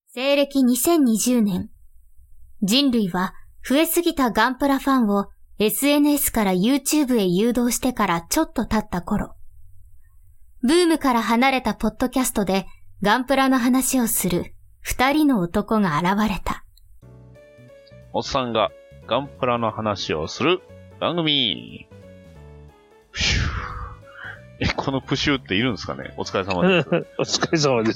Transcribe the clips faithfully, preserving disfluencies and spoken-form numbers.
西暦にせんにじゅうねん、人類は増えすぎたガンプラファンを エスエヌエス から YouTube へ誘導してからちょっと経った頃、ブームから離れたポッドキャストでガンプラの話をする二人の男が現れた。 おっさんがガンプラの話をする番組。プシュー。え、このプシューっているんですかね？お疲れ様です。 お疲れ様です。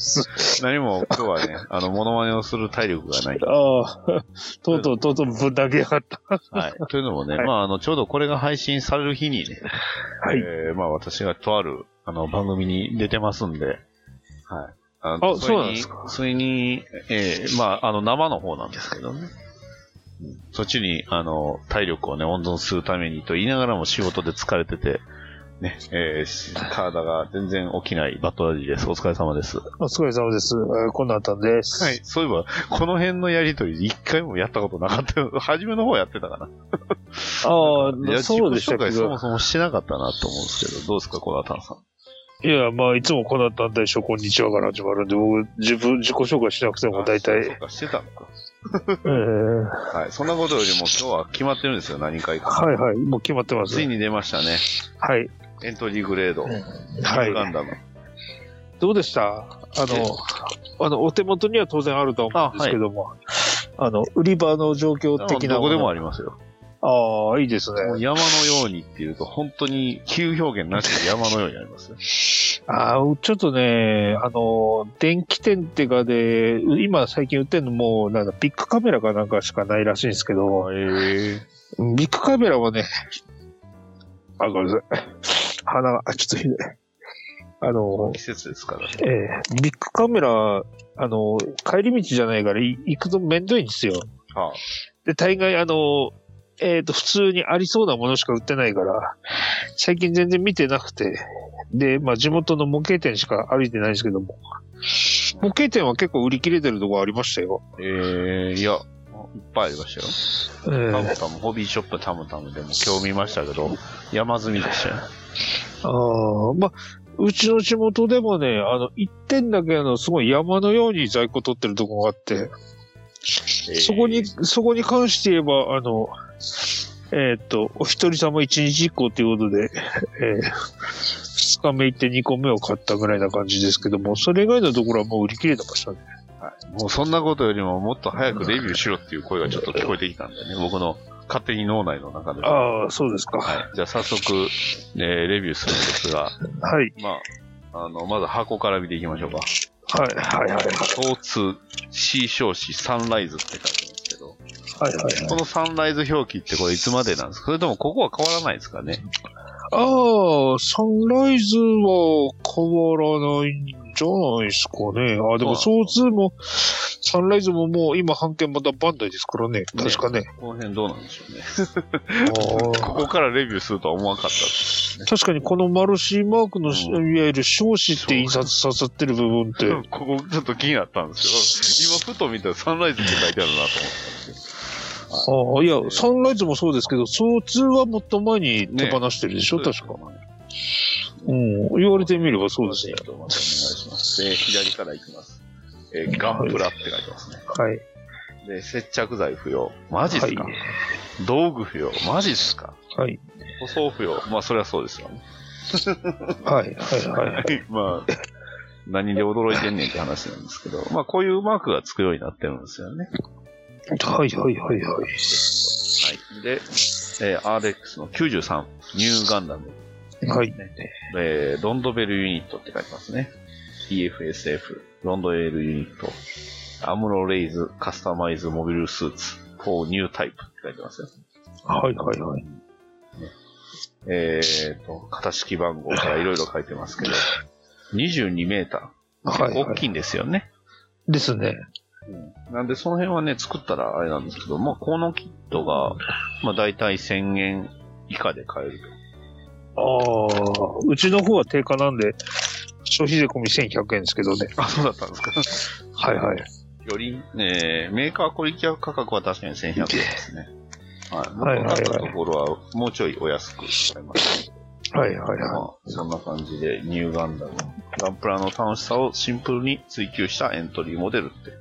何も今日はね、あの、モノマネをする体力がない。 ああ、とうとうとうとうぶん投げやがった。 はい。というのもね、 はい、 まあ、あの、ちょうどこれが配信される日にね、はい。えー、まあ、私がとある、あの、番組に出てますんで、はい。 あ、あそうなんですか。 それに、えー、まあ、あの、生の方なんですけどね。そっちに、あの、体力をね、温存するためにと言いながらも仕事で疲れてて、ね、えー、体が全然起きないバットダディです。お疲れ様です。 お疲れ様です。えー、こんなあったんです。 はい。そういえば、この辺のやりとり一回もやったことなかったよ。初めの方やってたかな。 ああ、そうでしたけど。 そもそもしてなかったなと思うんですけど、どうですか、コナタンさん。 いや、まあ、いつもこんなあったんでしょ、こんにちはから始まるんで、僕、自分、自己紹介しなくても大体。 そうか、してたのか。 えー、 はい。そんなことよりも今日は決まってるんですよ、何回か。 はいはい。もう決まってます、 ね。ついに出ましたね。 はい。 エントリーグレード。うん、 はい。 ガンダム。 どうでした？あの、あの、お手元には当然あると思うんですけども、あ、はい、あの、売り場の状況的な。 どこでもありますよ。 ああ、いいですね。 もう山のようにっていうと、本当に比喩表現なしで山のようにありますよ。 ああ、ちょっとね、あの、電気店ってかで、今最近売ってるのも、なんかビッグカメラかなんかしかないらしいんですけど、 へー、 ビッグカメラはね、あ、ごめんなさい。鼻が、あ、ちょっとひどい。あの、 季節ですからね。 えー、ビッグカメラ、あの、帰り道じゃないから行くとめんどいんですよ。 はあ、 で、大概あの、えっと、普通にありそうなものしか売ってないから、最近全然見てなくて、で、まあ地元の模型店しか歩いてないんですけども、模型店は結構売り切れてるところありましたよ。 えー、いや、いっぱいありましたよ。えー、タムタム、ホビーショップタムタムでも今日見ましたけど、山積みでしたよ。 ああ、まあ、うちの地元でもね、あの、一点だけあの、すごい山のように在庫取ってるところがあって、えー、そこに、そこに関して言えば、あの、えー、っと、お一人様一日一個ということで、えー、二日目行って二個目を買ったぐらいな感じですけども、それ以外のところはもう売り切れてましたね。 はい。もうそんなことよりももっと早くレビューしろっていう声がちょっと聞こえてきたんでね、僕の勝手に脳内の中で。 ああ、そうですか。 はい。じゃあ早速、えー、レビューするんですが、 はい。 まあ、あの、まず箱から見ていきましょうか。 はい、はい、はい。 トーツ C 証紙サンライズって書いてますけど、 はいはいはい、 このサンライズ表記ってこれいつまでなんですか？それともここは変わらないですかね？ ああ、サンライズは変わらないんじゃないですかね。あ、でもソーツも、サンライズももう今半券またバンダイですからね。確かね。ね、 この辺どうなんでしょうね。ここからレビューするとは思わなかったですね。 確かにこのマルシーマークの、うん、いわゆる証紙って印刷させてる部分って。 ここちょっと気になったんですけど、今ふと見たらサンライズって書いてあるなと思ったんですよ。 ああ、いや、サンライズもそうですけど、ソーツーはもっと前に手放してるでしょ、ね、確か。うん、言われてみればそうですね。 お願いします。で、左からいきます。えー、ガンプラって書いてますね。 はい。 で、接着剤不要。マジっすか、はい、道具不要。マジっすかはい。 塗装不要。まあ、それはそうですよね。 はい、はい、はい。 まあ、何で驚いてんねんって話なんですけど、まあ、こういうマークがつくようになってるんですよね。 はいはいはいはい。はい。 で、えー、アールエックス のきゅうじゅうさん、ニューガンダム。 はい。 えー、ロンドベルユニットって書いてますね。イーエフエスエフ、ロンドベルユニット。アムロレイズ、カスタマイズモビルスーツ、フォーニュータイプって書いてますよ。 はいはいはい。 ね、えーと、型式番号からいろいろ書いてますけど、にじゅうにメーター。はい、はい。大きいんですよね。 ですね。 うん、なんでその辺はね、作ったらあれなんですけど、まあ、このキットが、まあ、だいたいせんえん以下で買えると。ああ、うちの方は定価なんで、消費税込みせんひゃくえんですけどね。 あ、そうだったんですか。 はいはい。 より、ね、メーカー小力価格は確かにせんひゃくえんですね。はい。僕が買ったところはもうちょいお安く買いました。 はいはいはい。まあ、 そんな感じで、ニューガンダム。ガンプラの楽しさをシンプルに追求したエントリーモデルって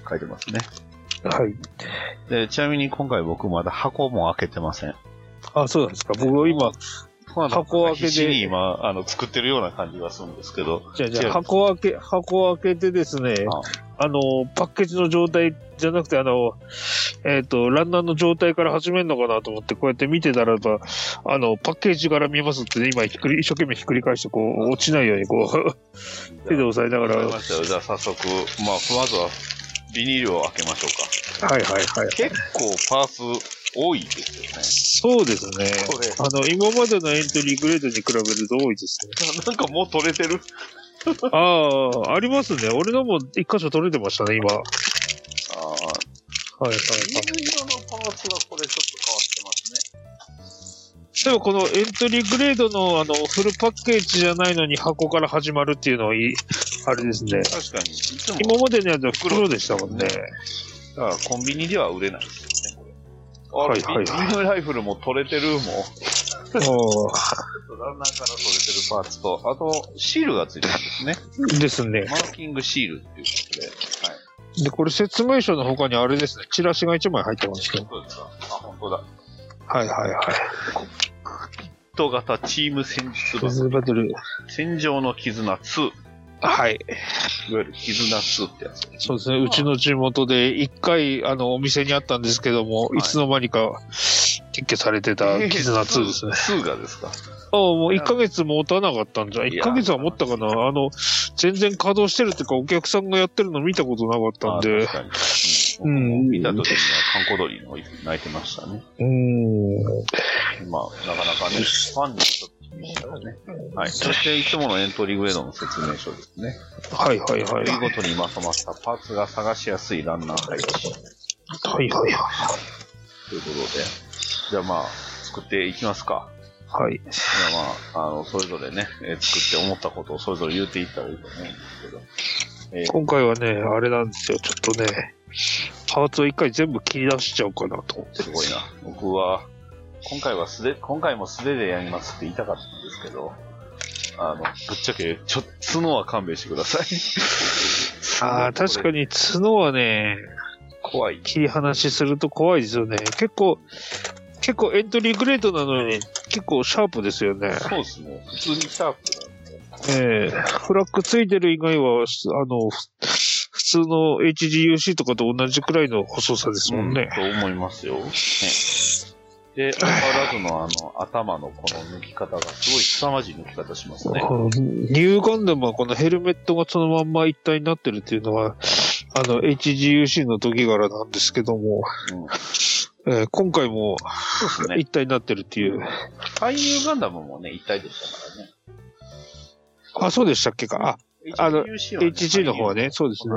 書いてますね。 はい。 で、ちなみに今回僕まだ箱も開けてません。 あ、そうなんですか。僕今、箱開け必死にで、 今、あの、作ってるような感じがするんですけど。 じゃあじゃあ箱開け、箱開けてですね、あの、パッケージの状態じゃなくて、あの、えっと、ランナーの状態から始めるのかなと思って、こうやって見てたらば、あの、パッケージから見ますってね、今ひっくり、一生懸命ひっくり返して、こう、落ちないように、こう、手で押さえながら。 わかりましたよ。じゃあ早速、まあ、まずは、ビニールを開けましょうか。 はいはいはい。 結構パーツ多いですよね。 そうですね。あの、今までのエントリーグレードに比べると多いですね。 なんかもう取れてるああ、ありますね。俺のも一箇所取れてましたね、今。ああ。はいはいはい。 水色のパーツがこれちょっと変わってますね。 でもこのエントリーグレードのあのフルパッケージじゃないのに箱から始まるっていうのはいい、あれですね。 確かに。いつも今までのやつは袋でしたもんね。 だからコンビニでは売れないですよね、これ。 はいはいはい。 ビニールライフルも取れてるもん。 おー。 ランナーから取れてるパーツと、あと、シールがついてるんですね。 ですね。 マーキングシールっていうことで。はい。 で、これ説明書の他にあれですね。チラシがいちまい入ってますけど。 そうですか。あ、本当だ。 はいはいはい。 ヒット型チーム戦術バトル。バトル。 戦場の絆ツー。 はい。 いわゆる絆ツーってやつ。 そうですね。うちの地元で一回、あの、お店にあったんですけども、はい、いつの間にか撤去されてた絆ツーですね。 ツーがですか？ ああ、もういっかげつ持たなかったんじゃ。いっかげつは持ったかな。あの、全然稼働してるっていうか、お客さんがやってるの見たことなかったんで。 確かに。うん。見た時には観光鳥の泣いてましたね。 うーん。 まあ、なかなかね、ファンにちょっと厳しいからね。はい。そして、いつものエントリーグレードの説明書ですね。 はいはいはい。 見事にまとまったパーツが探しやすいランナー配置。 はいはいはい。 ということで、じゃあまあ、作っていきますか。 はい。 じゃあまあ、あの、それぞれね、えー、作って思ったことをそれぞれ言っていったらいいと思うんですけど。 えー、今回はね、あれなんですよ、ちょっとね、パーツを一回全部切り出しちゃおうかなと思って。 すごいな。僕は、今回は素手、今回も素手でやりますって言いたかったんですけど、あの、ぶっちゃけ、ちょっと角は勘弁してください。 ああ、確かに角はね、 怖い。 切り離しすると怖いですよね。結構、結構エントリーグレードなのに結構シャープですよね。 そうですね。普通にシャープなんで。ええー、フラッグついてる以外は、あの、普通の エイチジーユーシー とかと同じくらいの細さですもんね。 うん、と思いますよ。ね、で、相変わらずのあの、頭のこの抜き方がすごい凄まじい抜き方しますね。 ニューガンダムはこのヘルメットがそのまんま一体になってるっていうのは、あの、エイチジーユーシー の時柄なんですけども、うんえー、今回も一体になってるっていう。 ハイニューガンダムもね、一体でしたからね。 あ、そうでしたっけか。あ、あの、エイチジー の方はね、そうですね。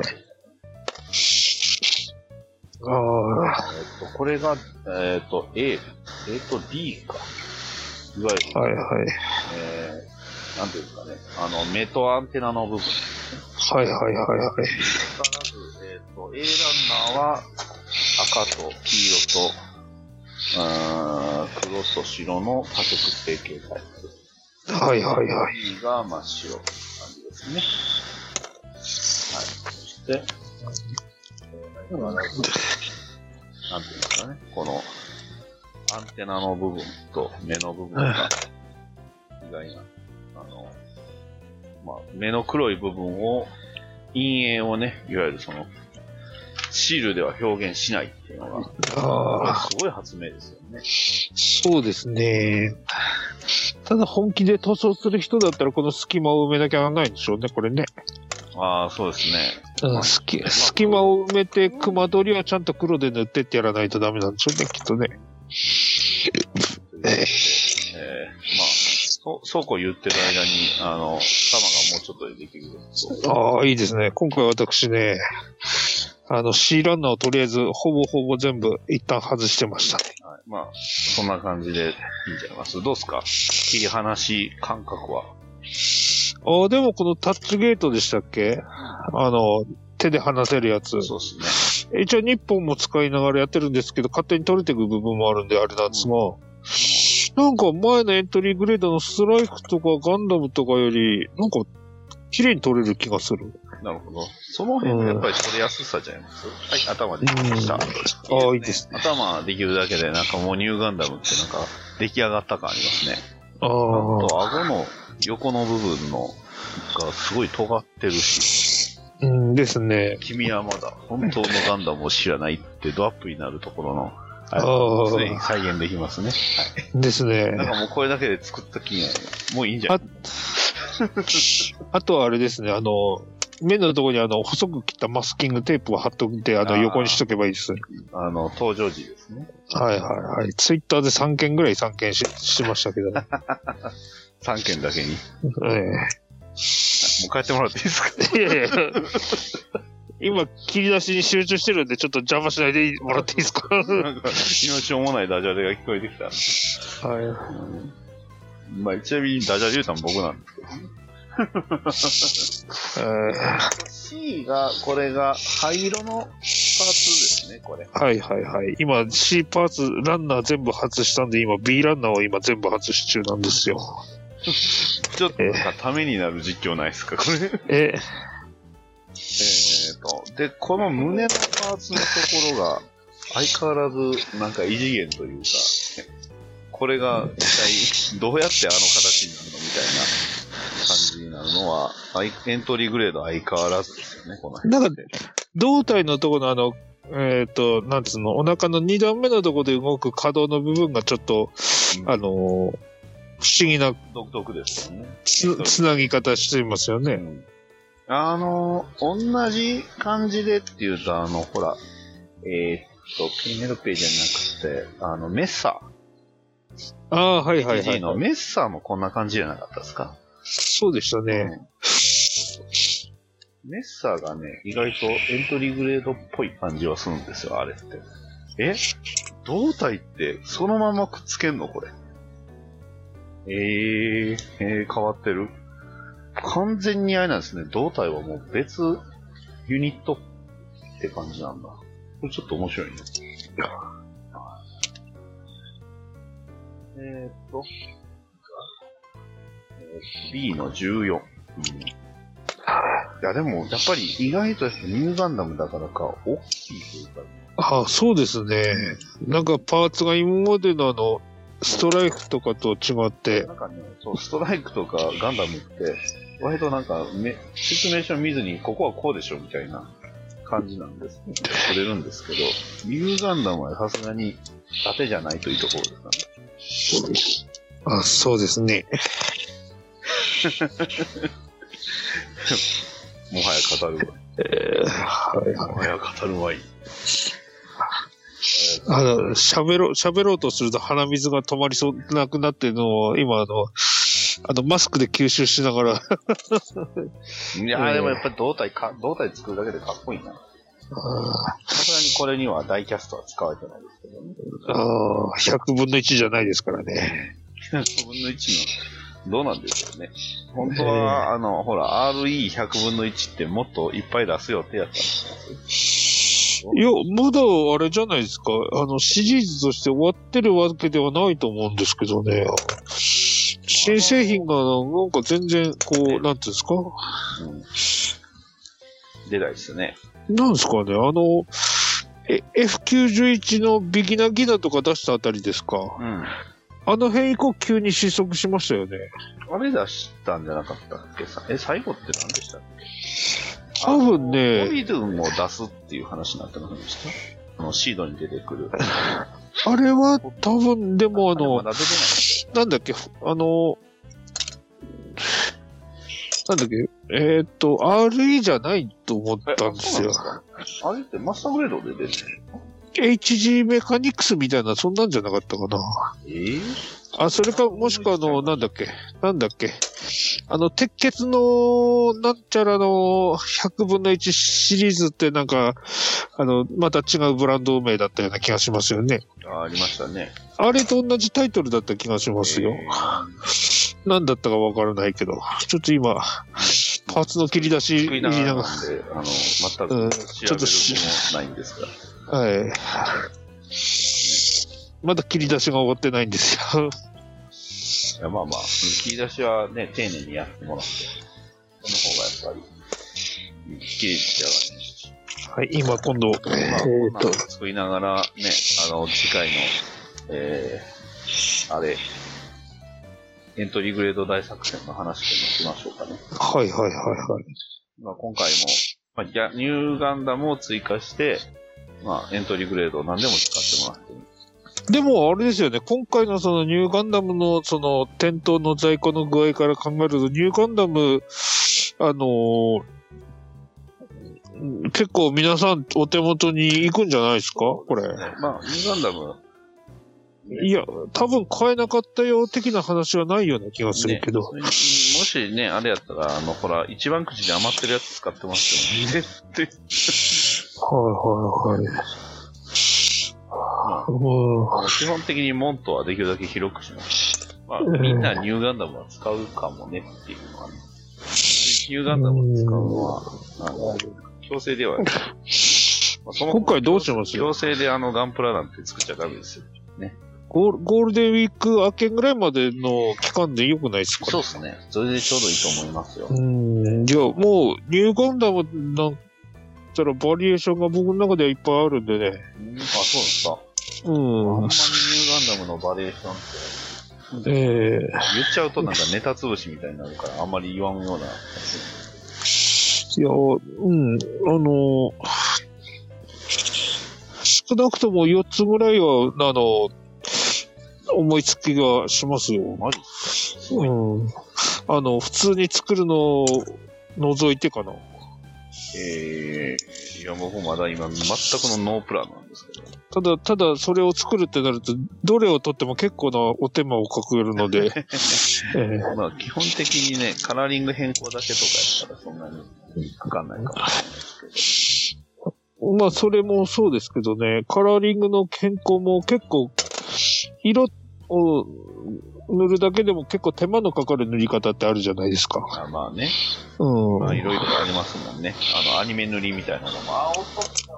ああ。 えっと、これが、えっと、A、えっと、D か。いわゆる。 はいはい。 えー、なんていうんですかね。あの、目とアンテナの部分ですね。 はいはいはいはい。 必ず、えっと、A ランナーは赤と黄色と、うーん、黒と白の多色成形タイプ。 はいはいはい。 B が真っ白って感じですね。はい。そして、えー、なんていうんですかね。この、アンテナの部分と目の部分が、意外な、あの、まあ、目の黒い部分を、陰影をね、いわゆるその、シールでは表現しないっていうのが、あすごい発明ですよね。 そうですね。ただ本気で塗装する人だったらこの隙間を埋めなきゃならないんでしょうね、これね。 ああ、そうですね。 うん、隙隙間を埋めて、熊取りはちゃんと黒で塗ってってやらないとダメなんでしょうね、きっとね。 えー、えー、まあ、そ、そうこう言ってる間に、あの、玉がもうちょっとでできると。 ああ、いいですね。今回私ね、あの、C ランナーをとりあえず、ほぼほぼ全部一旦外してましたね。 はい、まあ、そんな感じでいいんじゃないますどうですか切り離し感覚は。 ああ、でもこのタッチゲートでしたっけあの、手で離せるやつ。 そうですね。 一応日本も使いながらやってるんですけど、勝手に取れていく部分もあるんであれなんですが、うん、なんか前のエントリーグレードのストライクとかガンダムとかより、なんか綺麗に取れる気がする。 なるほど。その辺のやっぱり取れやすさじゃないですか。はい、頭できました。 うん、 いいですね、 ああ、いいですね。 頭できるだけで、なんかもうニューガンダムってなんか出来上がった感ありますね。 ああ。 あと、顎の横の部分のがすごい尖ってるし。 うんですね。 君はまだ本当のガンダムを知らないってドアップになるところの、 ああ。 常に再現できますね。はい。 ですね。 なんかもうこれだけで作った気になる。もういいんじゃない？ あとはあれですね、あの、目のところにあの、細く切ったマスキングテープを貼っといて、あの、 あ横にしとけばいいです。 あの、登場時ですね。 はいはいはい。ツイッターでさんけんぐらい散見し、しましたけどね。 さんけんだけに。 ええ、 もう帰ってもらっていいですか？ いやいや。今、切り出しに集中してるんで、ちょっと邪魔しないでもらっていいですか？ なんか、今しょうもないダジャレが聞こえてきた。 はい。 うんまあ、ちなみにダジャレ言うたの僕なんですけどね。 えー、 C が、これが灰色のパーツですね、これ。 はいはいはい。今 C パーツ、ランナー全部外したんで、今 B ランナーを今全部外し中なんですよ。 ちょっとなんかためになる実況ないですか、これ。 ええーと、で、この胸のパーツのところが、相変わらず、なんか異次元というか、これが一体どうやってあの形になるのみたいな感じになるのは、エントリーグレード相変わらずですよね、この辺。 なんか、胴体のところのあの、えっ、ー、と、なんつうの、お腹のに段目のところで動く可動の部分がちょっと、うん、あのー、不思議な、 独特ですよね。 つ、つなぎ方してますよね。うん、 あのー、同じ感じでっていうと、あの、ほら、えー、っと、ペネロペじゃなくて、あの、メッサー。 ああ、はいはいはい、はい。 ジーのメッサーもこんな感じじゃなかったですか？ そうでしたね。うん、 メッサーがね、意外とエントリーグレードっぽい感じはするんですよ、あれって。え？胴体ってそのままくっつけんのこれ。えー、えー、変わってる。完全にあれなんですね。胴体はもう別ユニットって感じなんだ。これちょっと面白いね。えー、っと、えー、B のじゅうよん。うん、いや、でも、やっぱり意外とニューガンダムだからか、大きいというか。 ああ、そうですね。なんかパーツが今までのあの、ストライクとかと違って。 なんかね、そう、ストライクとかガンダムって、割となんかめ、説明書見ずに、ここはこうでしょみたいな感じなんです。取れるんですけど、ニューガンダムはさすがに縦じゃないというところですかね。 あ、そうですね。 もはや語るわ。 えー、はいはい。 もはや語るわいい。 あの、喋ろう、喋ろうとすると鼻水が止まりそうなくなってるのを、今あの、あの、マスクで吸収しながら。 いやー、でもやっぱり胴体か、胴体作るだけでかっこいいな。さすがにこれにはダイキャストは使われてないですけどね。 ああ、ひゃくぶんのいちじゃないですからね。 ひゃくぶんのいちの、どうなんでしょうね。本当は、えー、あの、ほら、アールイーひゃくぶんのいちってもっといっぱい出すよってやったんですか？ いや、まだあれじゃないですか。あの、シリーズとして終わってるわけではないと思うんですけどね。新製品がなんか全然、こう、ね、なんていうんですか、うん、 出ないですよね。 なんですかね、あの、エフきゅうじゅういち のビギナギナとか出したあたりですか。うん、あの辺以降急に失速しましたよね。 あれ出したんじゃなかったっけ？え、最後って何でしたっけ？ 多分ね。 オビドゥンを出すっていう話になってませんでした？あの、シードに出てくる。 あれは多分でもあの、 まだ出てないなんだっけ、あの、なんだっけ、えー、っと、アールイー じゃないと思ったんですよ。 あれってマスターグレードで出てるの？ エイチジー メカニクスみたいな、そんなんじゃなかったかな。 えー、 あ、それか、もしくはあの、なんだっけ、なんだっけ、あの、鉄血の、なんちゃらのひゃくぶんのいちシリーズってなんか、あの、また違うブランド名だったような気がしますよね。 あ、ありましたね。 あれと同じタイトルだった気がしますよ。えー、何だったかわからないけど、ちょっと今、パーツの切り出し入れながら。 あの、全く調べる気もないんですが。 はい。まだ切り出しが終わってないんですよ。 いや、まあまあ、切り出しはね、丁寧にやってもらって、その方がやっぱり、綺麗に仕上がりました。 はい、今今度、 まあ、 えー、っと、 作りながらね、あの、次回の、えー、あれ、エントリーグレード大作戦の話でもしましょうかね。 はいはいはいはい。 まあ、今回も、まあ、ニューガンダムを追加して、まあ、エントリーグレードを何でも使ってもらってる。 でも、あれですよね、今回のそのニューガンダムのその店頭の在庫の具合から考えると、ニューガンダム、あのー、結構皆さんお手元に行くんじゃないですかこれ。 まあ、ニューガンダム、 いや、多分買えなかったよ的な話はないような気がするけど。 ね、もしね、あれやったら、あの、ほら、一番くじで余ってるやつ使ってますよね。って。 はいはいはい。 まあ、うん、基本的にモントはできるだけ広くします。まあ、みんなニューガンダムは使うかもねっていうのはね。ニューガンダムを使うのは、あの、強制ではない。まあ、その今回どうします強制であのガンプラなんて作っちゃダメですよ。ね。 ゴール、ゴールデンウィーク明けぐらいまでの期間で良くないですか？ そうですね。それでちょうどいいと思いますよ。 うん。じゃあもう、ニューガンダムなんたらバリエーションが僕の中ではいっぱいあるんでね。 うん、あ、そうですか。 うん。あんまりニューガンダムのバリエーションって、ええー、言っちゃうとなんかネタ潰しみたいになるから、あんまり言わんような。いや、うん、あの、少なくともよっつぐらいは、あの、思いつきがしますよ。 マジですか？うん。あの、普通に作るのを除いてかな。 ええー、いや、僕まだ今、全くのノープランなんですけど。 ただ、ただ、それを作るってなると、どれを取っても結構なお手間をかけるので。えー、まあ、基本的にね、カラーリング変更だけとかやったらそんなにかかんないかもしれないですけど。 まあ、それもそうですけどね、カラーリングの変更も結構、色を塗るだけでも結構手間のかかる塗り方ってあるじゃないですか。 あまあね。 うん。 まあ、いろいろありますもんね。あの、アニメ塗りみたいなのも。あ、落とした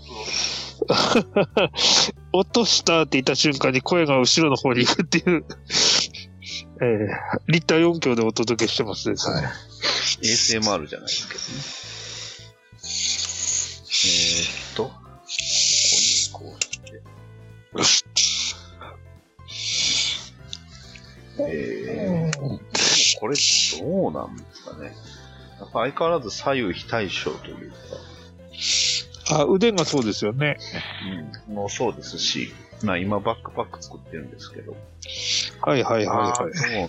落としたって言った瞬間に声が後ろの方に行くっていう、えー、立体音響でお届けしてますですね。はい、エーエスエムアール じゃないですけどね。えー、っと、ここにこうして。えー、これどうなんですかね。やっぱ相変わらず左右非対称というか。 あ、腕がそうですよね。 うん。もうそうですし、まあ今バックパック作ってるんですけど。 はいはいはいはい。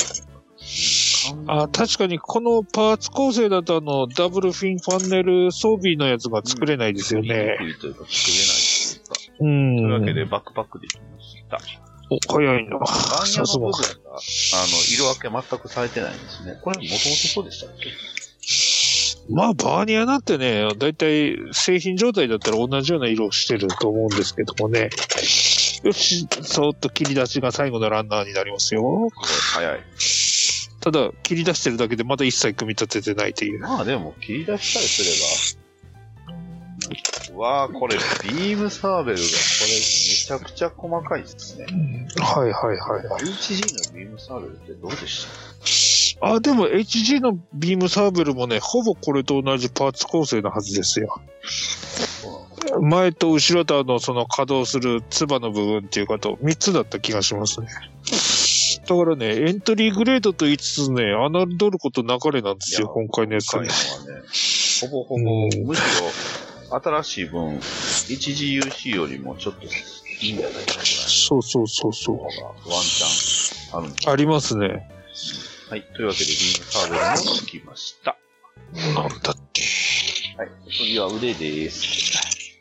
あ、 あ、確かにこのパーツ構成だとあの、ダブルフィンファンネル装備のやつが作れないですよね。 うん、作りにくいというか作れないというか。 うん。 というわけでバックパックできました。 お、早いな。 バーニャの部分が、あの、色分け全くされてないんですね。これもともとそうでしたっけ？ まあ、バーニャなんてね、だいたい製品状態だったら同じような色をしてると思うんですけどもね。よし、そーっと切り出しが最後のランナーになりますよ。 早い。 ただ、切り出してるだけでまだ一切組み立ててないという。 まあでも、切り出したりすれば。うわぁ、これ、ビームサーベルが、これ、めちゃくちゃ細かいですね。 はいはいはいはい。 エイチジー のビームサーベルってどうでした？ あ、でも エイチジー のビームサーベルもね、ほぼこれと同じパーツ構成のはずですよ。前と後ろとあの、その稼働するつばの部分っていうかと、みっつだった気がしますね。だからね、エントリーグレードと言いつつね、侮ることなかれなんですよ、今回のやつね。 今回のはね、ほぼほぼ、うん、むしろ、新しい分、エイチジーユーシー よりもちょっといいんじゃないかな。 そうそうそうそう。 ワンチャンあるんですありますね。 はい。というわけで、ビームサーベルもつきました。 なんだって。 はい。次は腕です。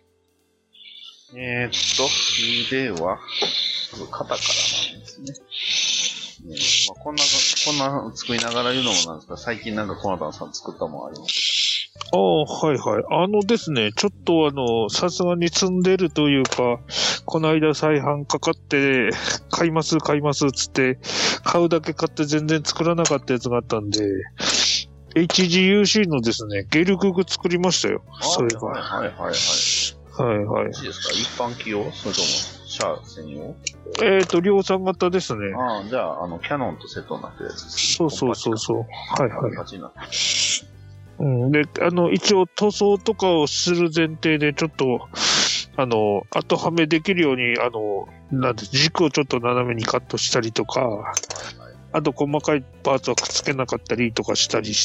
えー、っと、腕は、肩からなんですね。ねまあ、こんな、こんな作りながら言うのもなんですが、最近なんかコナタンさん作ったもんあります。 ああ、はいはい。あのですね、ちょっとあの、さすがに積んでるというか、この間再販かかって、買います買いますつって、買うだけ買って全然作らなかったやつがあったんで、エイチジーユーシー のですね、ゲルググ作りましたよ。それが。 はいはいはいはい。はいはい。 いいですか？一般機用それとも、シャア専用？ えっと、量産型ですね。 ああ、じゃあ、あの、キャノンとセットになってるやつです。 そうそうそうそう。はいはい。 形になってる。 うん。で、あの、一応塗装とかをする前提で、ちょっと、あの、後はめできるように、あの、なんで、軸をちょっと斜めにカットしたりとか、あと細かいパーツはくっつけなかったりとかしたりして、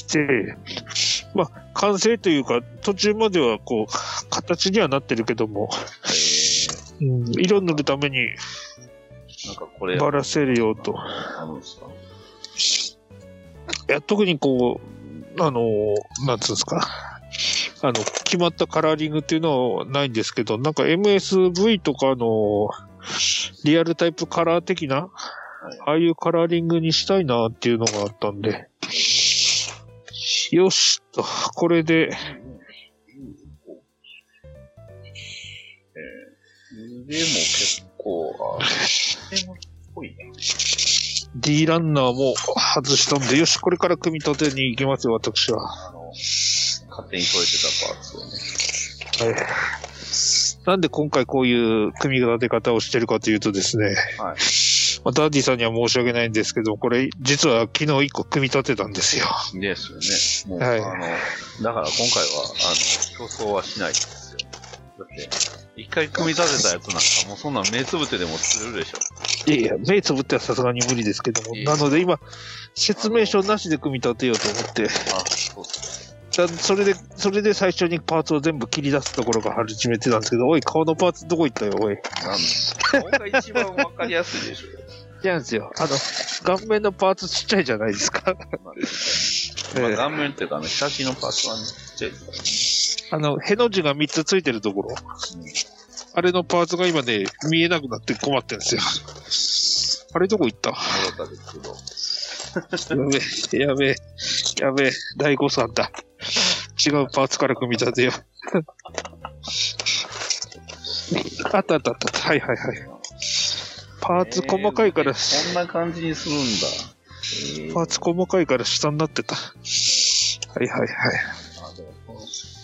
まあ、完成というか、途中まではこう、形にはなってるけども、うん、色塗るために、 なんかこれ、 ばらせるよと。 あるんですか？ いや、特にこう、あの、なんつうんですか。あの、決まったカラーリングっていうのはないんですけど、なんか エムエスブイ とかの、リアルタイプカラー的な、ああいうカラーリングにしたいなっていうのがあったんで、よしと、これで、 でも結構、あでもっぽいね。 D ランナーも外したんで、よし、これから組み立てに行きますよ、私は。 あの、勝手に取れてたパーツをね。 はい。なんで今回こういう組み立て方をしてるかというとですね、 はい。 まあ、ダーディさんには申し訳ないんですけど、これ実は昨日一個組み立てたんですよ。 ですよね。もう、 はい、 あの、だから今回は、あの、競争はしないですよ。だって、一回組み立てたやつなんか、もうそんなん目つぶってでも作れるでしょ。 いやいや、目つぶってはさすがに無理ですけども、なので今、説明書なしで組み立てようと思って、あ、そうっすね。だそれで、それで最初にパーツを全部切り出すところが始めてたんですけど、おい、顔のパーツどこ行ったよ、おい。 なん顔が一番わかりやすいでしょ。 違うんですよ。あの、顔面のパーツちっちゃいじゃないですか。 まあ、顔面っていうか、ね、写真のパーツはね、ちっちゃいですからね。 あの、への字がみっつついてるところ。うん、あれのパーツが今ね、見えなくなって困ってるんですよ。あれどこ行った？ 戻ったですけど。 やべえ、やべえ、やべえ、大誤算だ。違うパーツから組み立てよう。あったあったあった。はいはいはい。パーツ細かいから、えー、 こんな感じにするんだ。 えー、パーツ細かいから下になってた。はいはいはい。あ、でもこの、こ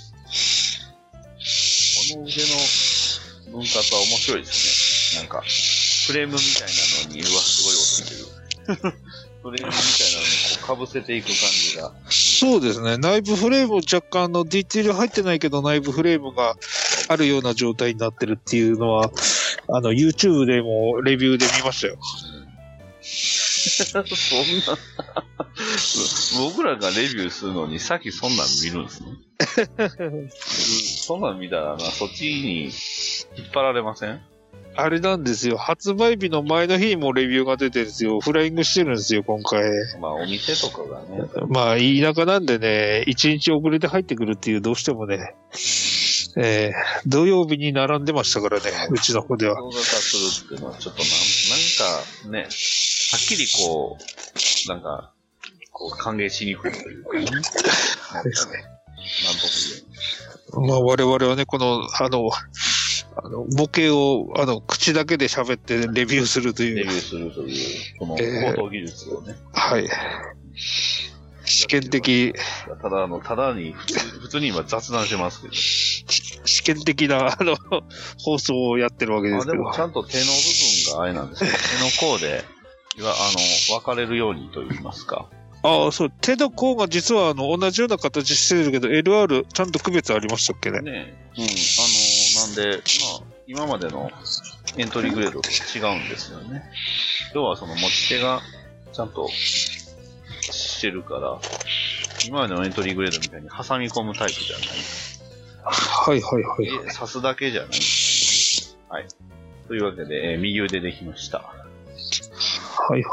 の腕の分割は面白いですね。なんか、フレームみたいなのに、うわ、すごい落ちてる。フレームみたいなのにこう被せていく感じが。 そうですね。内部フレーム若干あのディティール入ってないけど内部フレームがあるような状態になってるっていうのは、あの YouTube でもレビューで見ましたよ。 そんな僕らがレビューするのにさっきそんなん見るんですね。そんなん見たらな、そっちに引っ張られません？ あれなんですよ。発売日の前の日にもレビューが出てるんですよ。フライングしてるんですよ、今回。 まあ、お店とかがね。 まあ、田舎なんでね、一日遅れて入ってくるっていう、どうしてもね、えー、土曜日に並んでましたからね、うちの方では。 動画化するっていうのは、ちょっとなん、なんかね、はっきりこう、なんか、こう、歓迎しにくいというかね。 ですね。 なんとも言えない。まあ、我々はね、この、あの、あの、ボケを、あの、口だけで喋ってレビューするという。 レビューするという、この高等技術をね。 えー、はい。試験的。 ただ、あの、ただに普通、普通に今雑談してますけど。 試験的な、あの、放送をやってるわけですけど。 あ、でもちゃんと手の部分があれなんですよ。手の甲で、いわ、あの、分かれるようにと言いますか。 ああ、そう。手の甲が実は、あの、同じような形してるけど、エルアール、ちゃんと区別ありましたっけね。 ねえ。うん。あの、なんで、まあ、今までのエントリーグレードと違うんですよね。要はその持ち手がちゃんとしてるから、今までのエントリーグレードみたいに挟み込むタイプじゃない。 はいはいはい、はい。 刺すだけじゃない。はい。というわけで、えー、右腕できました。 はいはいはい。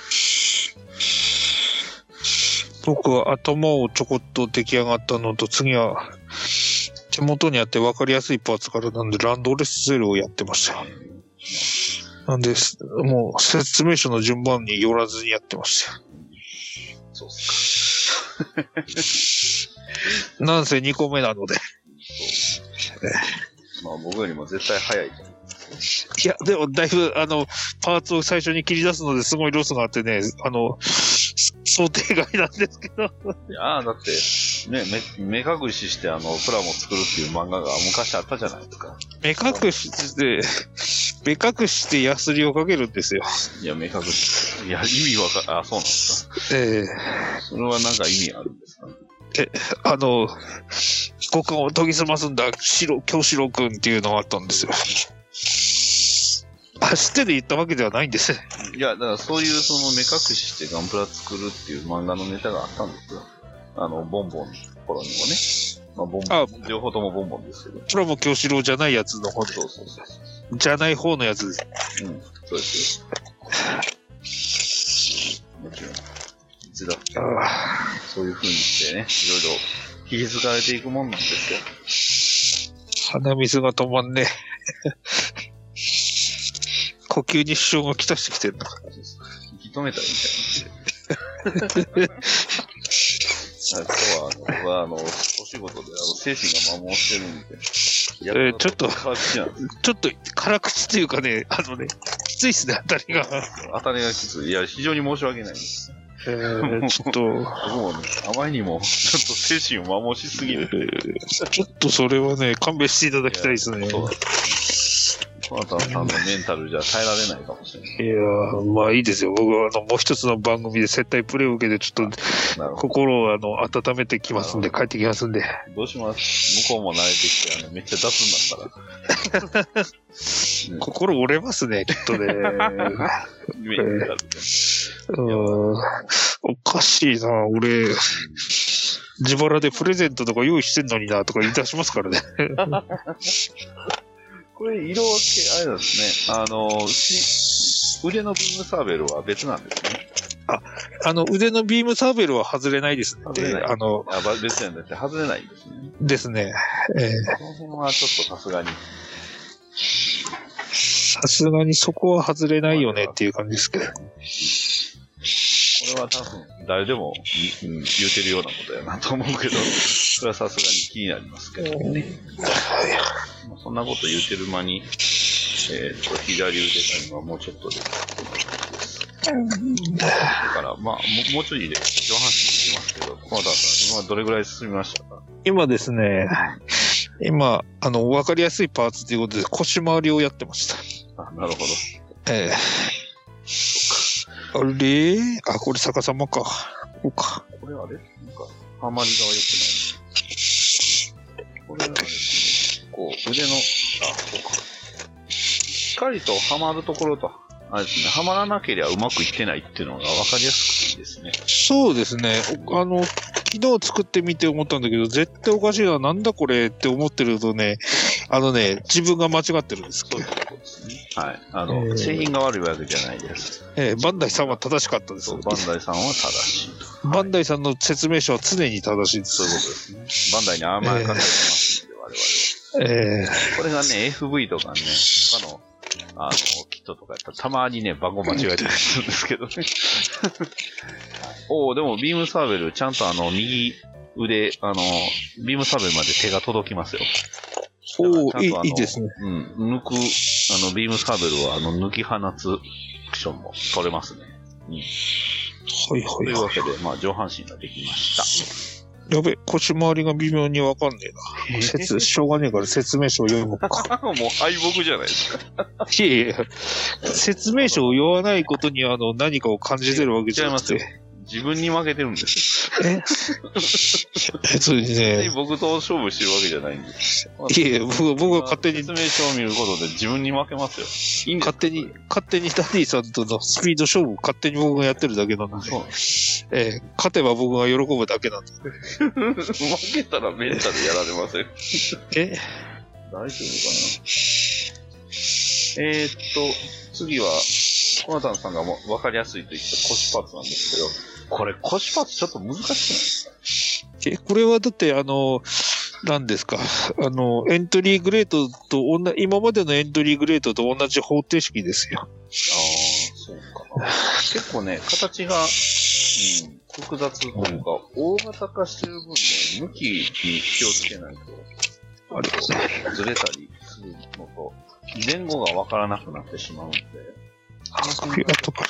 僕は頭をちょこっと出来上がったのと、次は手元にあって分かりやすいパーツからなんで、ランドレスゼロをやってましたよ。なんで、もう説明書の順番によらずにやってましたよ。 そうっすか。なんせにこめなので。 まあ僕よりも絶対早いじゃん。 いや、でもだいぶ、あの、パーツを最初に切り出すのですごいロスがあってね、あの、想定外なんですけど。 いやー、だって、ね、目、目隠ししてあの、プラモ作るっていう漫画が昔あったじゃないですか。 目隠して、目隠してヤスリをかけるんですよ。 いや、目隠し。いや、意味わか、あ、そうなんですか。 ええー。 それはなんか意味あるんですかね。 え、あの、五感を研ぎ澄ますんだ、白、京志郎くんっていうのがあったんですよ。知ってて言ったわけではないんです。 いや、だからそういうその目隠ししてガンプラ作るっていう漫画のネタがあったんですよ。あの、ボンボンの頃にもね。まあ、ボンボン、両方ともボンボンですけど。 それはもう京志郎じゃないやつの方で。 そうそうそうそう。 じゃない方のやつです。 うん、そうですよ。もちろん。いつだって、そういう風にしてね、いろいろ引き継がれていくもんなんですよ。 鼻水が止まんねえ。呼吸に支障がきたしてきてるの。 引き止めたらいいんじゃない今日は、あの、僕は、あの、お仕事で、あの、精神が摩耗してるんで、 えー、ちょっと、ちょっと、辛口っていうかね、あのね、きついっすね、当たりが。 当たりがきつい。いや、非常に申し訳ないです。 えー、ちょっと、 もうね、あまりにも、ちょっと精神を摩耗しすぎる。 えー、ちょっとそれはね、勘弁していただきたいですね。 そうだね。コナタンさんのメンタルじゃ耐えられないかもしれない。いやー、まあいいですよ。僕は、あの、もう一つの番組で接待プレイを受けて、ちょっと、心を、あの、温めてきますんで、帰ってきますんで。 どうします向こうも慣れてきて、あの、めっちゃ雑になったら。ね、 心折れますね、きっとね。メンタルで。おかしいな、俺。自腹でプレゼントとか用意してんのにな、とか言い出しますからね。 これ、色分け、あれなんですね。あの、腕のビームサーベルは別なんですね。 あ、あの、腕のビームサーベルは外れないですね。 外れない。 あの、 あ、別なんですね。外れないんですね。 ですね。えー、 この辺はちょっとさすがに。 さすがにそこは外れないよねっていう感じですけど。 これは多分、誰でも、うん、言うてるようなことやなと思うけど、それはさすがに気になりますけどね。そんなこと言うてる間に、えー、っと、左腕が今もうちょっとで、だから、まあ、も, もうちょいで上半身いきますけど、コナタンさん、今どれぐらい進みましたか？ 今ですね、今、あの、わかりやすいパーツということで、腰回りをやってました。 あ、なるほど。 ええー。あれあ、これ逆さまか。こうか。 これあれなんか、はまりが良くない。これはですね、こう、腕の、あ、そうか。しっかりとはまるところと、あれですね、はまらなければうまくいってないっていうのが分かりやすくていいですね。 そうですね。あの、昨日作ってみて思ったんだけど、絶対おかしいな、なんだこれって思ってるとね、あのね、自分が間違ってるんです。 そういうことですね。はい。あの、えー、製品が悪いわけじゃないです。 ええー、バンダイさんは正しかったです。 そう、バンダイさんは正しいと。 バンダイさんの説明書は常に正しいです。 そういうことですね。バンダイに甘やかされてますので、我々は。ええー。これがね、エフブイ とかね、他の、あの、キットとかやったらたまにね、番号間違えてるんですけどね。おおでもビームサーベル、ちゃんとあの、右腕、あの、ビームサーベルまで手が届きますよ。 おおいい、いいですね。 うん。抜く、あの、ビームサーベルは、あの、抜き放つアクションも取れますね。うん。 はいはいはい。というわけで、まあ、上半身ができました。 やべ、腰回りが微妙にわかんねえな。説、しょうがねえから説明書を読むか。 もう敗北じゃないですか。 いやいや、説明書を読まないことにあの何かを感じてるわけじゃなくて。 自分に負けてるんですよ。 えそうですね。 僕と勝負してるわけじゃないんです。 いやいや、僕, 僕は勝手に。 説明書を見ることで自分に負けますよ。 いいん勝手に、勝手にダディさんとのスピード勝負を勝手に僕がやってるだけなんで。そう。えー、勝てば僕が喜ぶだけなんで。 負けたらメンタルやられません。 え大丈夫かなえー、っと、次は、コナタンさんがも分かりやすいと言った腰パーツなんですけど、これ腰パーツちょっと難しくないですか？え、これはだってあの、何ですか、あの、エントリーグレートと同じ、今までのエントリーグレートと同じ方程式ですよ。ああ、 そうか。結構ね、形が、うん、複雑というか、大型化してる分ね、向きに気をつけないと、あれですね、ずれたりするのと、前後が分からなくなってしまうんで、 首はとか、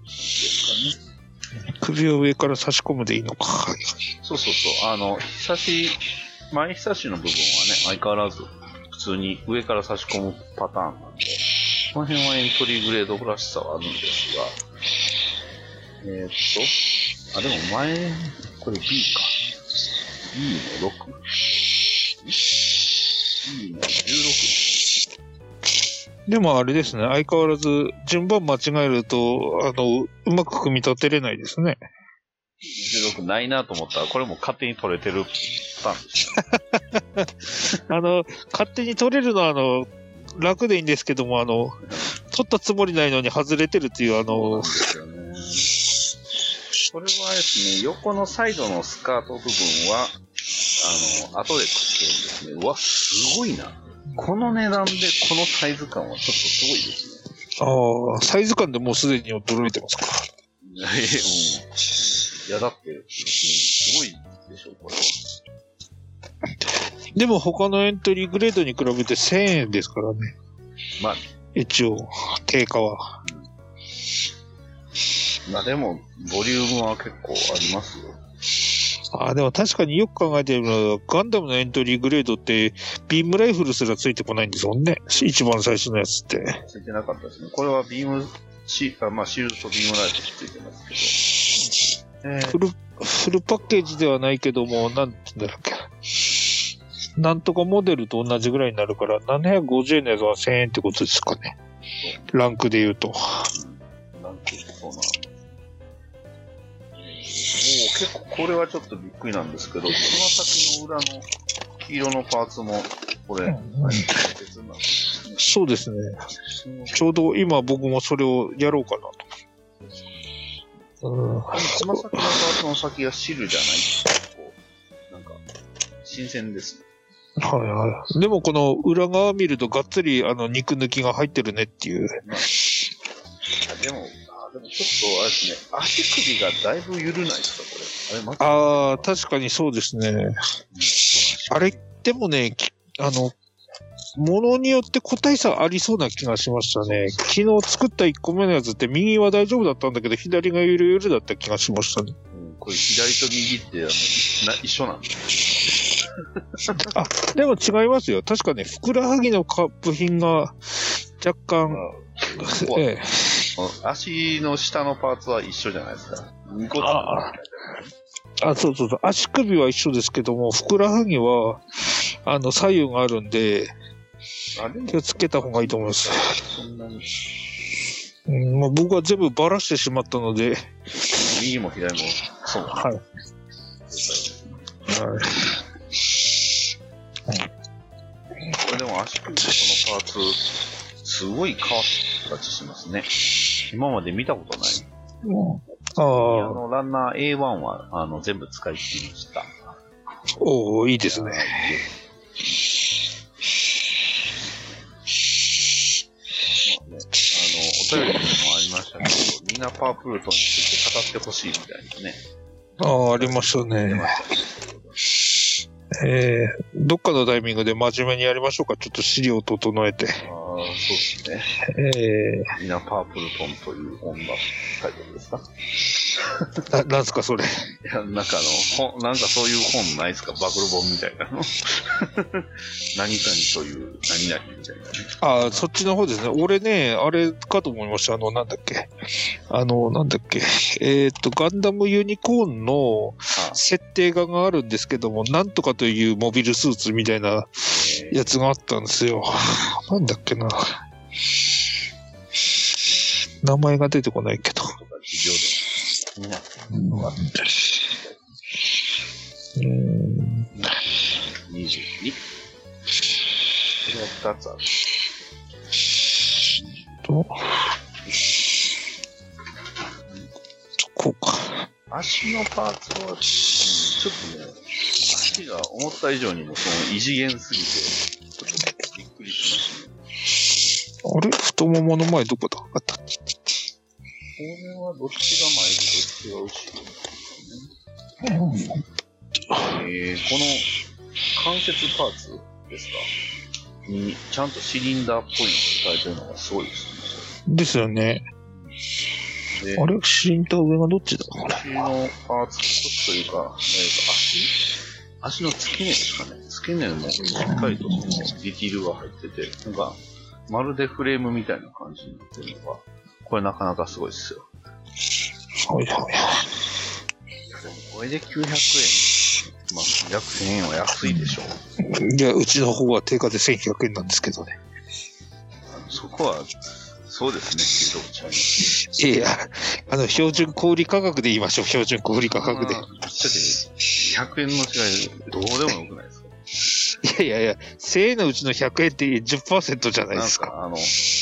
首を上から差し込むでいいのか。 そうそうそう。あの、ひさし、前ひさしの部分はね、相変わらず普通に上から差し込むパターンなんで、この辺はエントリーグレードらしさはあるんですが、えー、っと、あ、でも前、これ B か。 E の ろく？ E のじゅうろく？ でもあれですね、相変わらず順番間違えると、あの、うまく組み立てれないですね。 じゅうろくないなと思ったら、これも勝手に取れてるパターンでした。 あの、勝手に取れるのは、あの、楽でいいんですけども、あの、取ったつもりないのに外れてるっていう、あの、 そうなんですよね。これはですね、横のサイドのスカート部分は、あの、後で作ってるんですね。うわ、すごいな。この値段でこのサイズ感はちょっとすごいですね。 ああ、サイズ感でもうすでに驚いてますか。 いや、うん、いやだって、うん、すごいでしょ、これは。 でも他のエントリーグレードに比べてせんえんですからね。 まあ、 一応、定価は。 うん、まあでも、ボリュームは結構ありますよ。 ああ、でも確かによく考えてみると、ガンダムのエントリーグレードって、ビームライフルすらついてこないんですもんね。一番最初のやつって。 ついてなかったですね。これはビームシ、あまあ、シールドとビームライフルついてますけど。えー、 フル、フルパッケージではないけども、なんて言うんだろうっけ。なんとかモデルと同じぐらいになるから、ななひゃくごじゅうえんのやつはせんえんってことですかね。ランクで言うと。 うん、ランク、そうなんです。結構これはちょっとびっくりなんですけど、つま先の裏の黄色のパーツも、これ、うん、別なんですね。 そうですね。ちょうど今僕もそれをやろうかなと。うん、 つま先のパーツの先が汁じゃないってこう、なんか、新鮮ですね。 はいはい。でもこの裏側見るとがっつりあの肉抜きが入ってるねっていう。まあ、 でも、でもちょっとあれですね、足首がだいぶ緩ないですか、これ。あれ、 ああ、確かにそうですね。うん、あれ、でもね、あの、ものによって個体差ありそうな気がしましたね。昨日作ったいっこめのやつって右は大丈夫だったんだけど、左がゆるゆるだった気がしましたね。 うん、これ左と右ってあのな一緒なんですあ、でも違いますよ。確かね、ふくらはぎの部品が若干、 ええ。足の下のパーツは一緒じゃないですか。 ああ、そうそうそう。足首は一緒ですけども、ふくらはぎは、あの、左右があるんで、気をつけた方がいいと思います。そんなに。うん、まあ、僕は全部ばらしてしまったので。 右も左も、そう、ね。はい。はい。これでも足首のこのパーツ、すごい変わった形しますね。今まで見たことない。うん、ああのランナー エーワン はあの全部使い切りました。 おお、いいですね。 まあね、あのお便りにもありましたけど、みんなパワープルートについて語ってほしいみたいなね。 ああ、ありましたね。えー、どっかのタイミングで真面目にやりましょうか。ちょっと資料を整えて。 ああ、そうですね。えー、ミナパープルトンという音楽タイトルですかな、なんすかそれ。いや、なんかあの、本、なんかそういう本ないですか暴露本みたいなの。何々という何々みたいなね。 ああ、そっちの方ですね。俺ね、あれかと思いました。あの、なんだっけ。あの、なんだっけ。えっと、ガンダムユニコーンの設定画があるんですけども、なんとかというモビルスーツみたいなやつがあったんですよ。なんだっけな。名前が出てこないけど。うん。 にじゅうに。これはふたつある。 と、こうか。 足のパーツは、うん、ちょっとね、足が思った以上にもその異次元すぎて、ちょっとびっくりしましたね。 あれ太ももの前どこだあった。これはどっちが前でどっちが後ろですね。えー、この関節パーツですかに、ちゃんとシリンダーっぽいのが書いてるのがすごいですね。 ですよね。あれシリンダー上がどっちだ足のパーツというか、えー、と足足の付け根ですかね。付け根もしっかりとそのディティールが入ってて、なんか、まるでフレームみたいな感じになってるのが、これなかなかすごいですよ。 はいはい。 いやでもこれできゅうひゃくえん。 まあ、約せんえんは安いでしょう。 いや、うちの方は定価でせんひゃくえんなんですけどね。 そこは、そうですね、けど、ちゃいます。 いや、あの、標準小売価格で言いましょう、標準小売価格で。 ぶっちゃけ、ひゃくえんの違い、どうでもよくないですか？ いやいやいや、せんえんのうちのひゃくえんって じゅっパーセント じゃないですか。 なんか、あの、え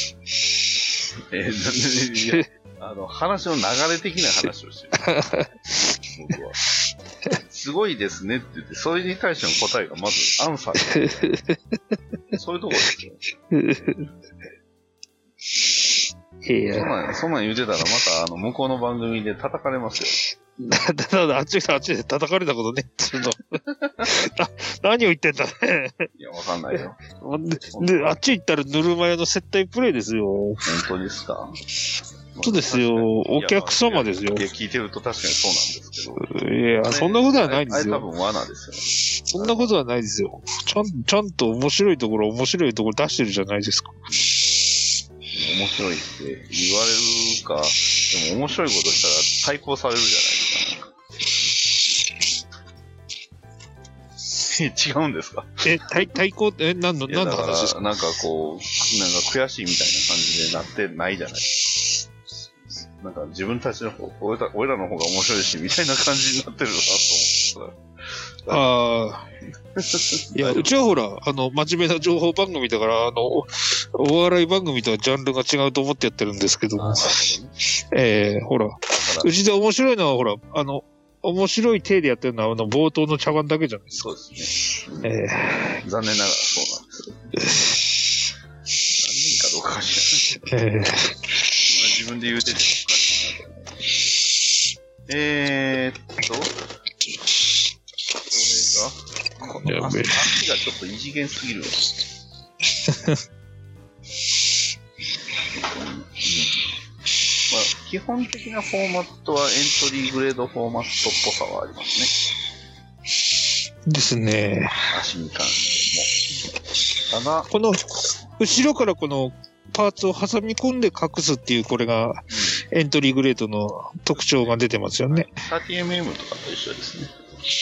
ー、いや、あの、話の流れ的な話をしてる。僕は。すごいですねって言って、それに対しての答えがまずアンサーで。そういうとこですよ。 いやそんなん、そんなん言うてたらまたあの向こうの番組で叩かれますよ。 だ、だ、だ、あっちであっちで叩かれたことねっていうの。何を言ってんだね。 いや、わかんないよ。 で、であっち行ったらぬるま湯の接待プレイですよ。 本当ですか？ そうですよ。お客様ですよ。 いや、聞いてると確かにそうなんですけど。 いや、そんなことはないんですよ。 あれ多分罠ですよね。 そんなことはないですよ。ちゃん、ちゃんと面白いところ、面白いところ出してるじゃないですか。 面白いって言われるか、でも面白いことしたら対抗されるじゃないですか。違うんですか？ え、対、対抗って、え、何の、何の話ですか？ なんかこう、なんか悔しいみたいな感じでなってないじゃないですか。なんか自分たちの方、俺ら、俺らの方が面白いし、みたいな感じになってるなと思ったら。ああ。いや、うちはほら、あの、真面目な情報番組だから、あの、お, お笑い番組とはジャンルが違うと思ってやってるんですけども。ええー、ほら。うちで面白いのは、ほら、あの、面白い体でやってるのは、あの、冒頭の茶番だけじゃないですか。 そうですね。 ええー、残念ながらそうなんですけど。残念かどうかは知らないけど。えー、自分で言うてておかしいなと思う。えーっと、これが、この足足がちょっと異次元すぎる。まあ、基本的なフォーマットはエントリーグレードフォーマットっぽさはありますね。ですね。 足に関しても。ただ、 この、後ろからこのパーツを挟み込んで隠すっていう、これが、エントリーグレードの特徴が出てますよね。 さんじゅうエムエム とかと一緒ですね。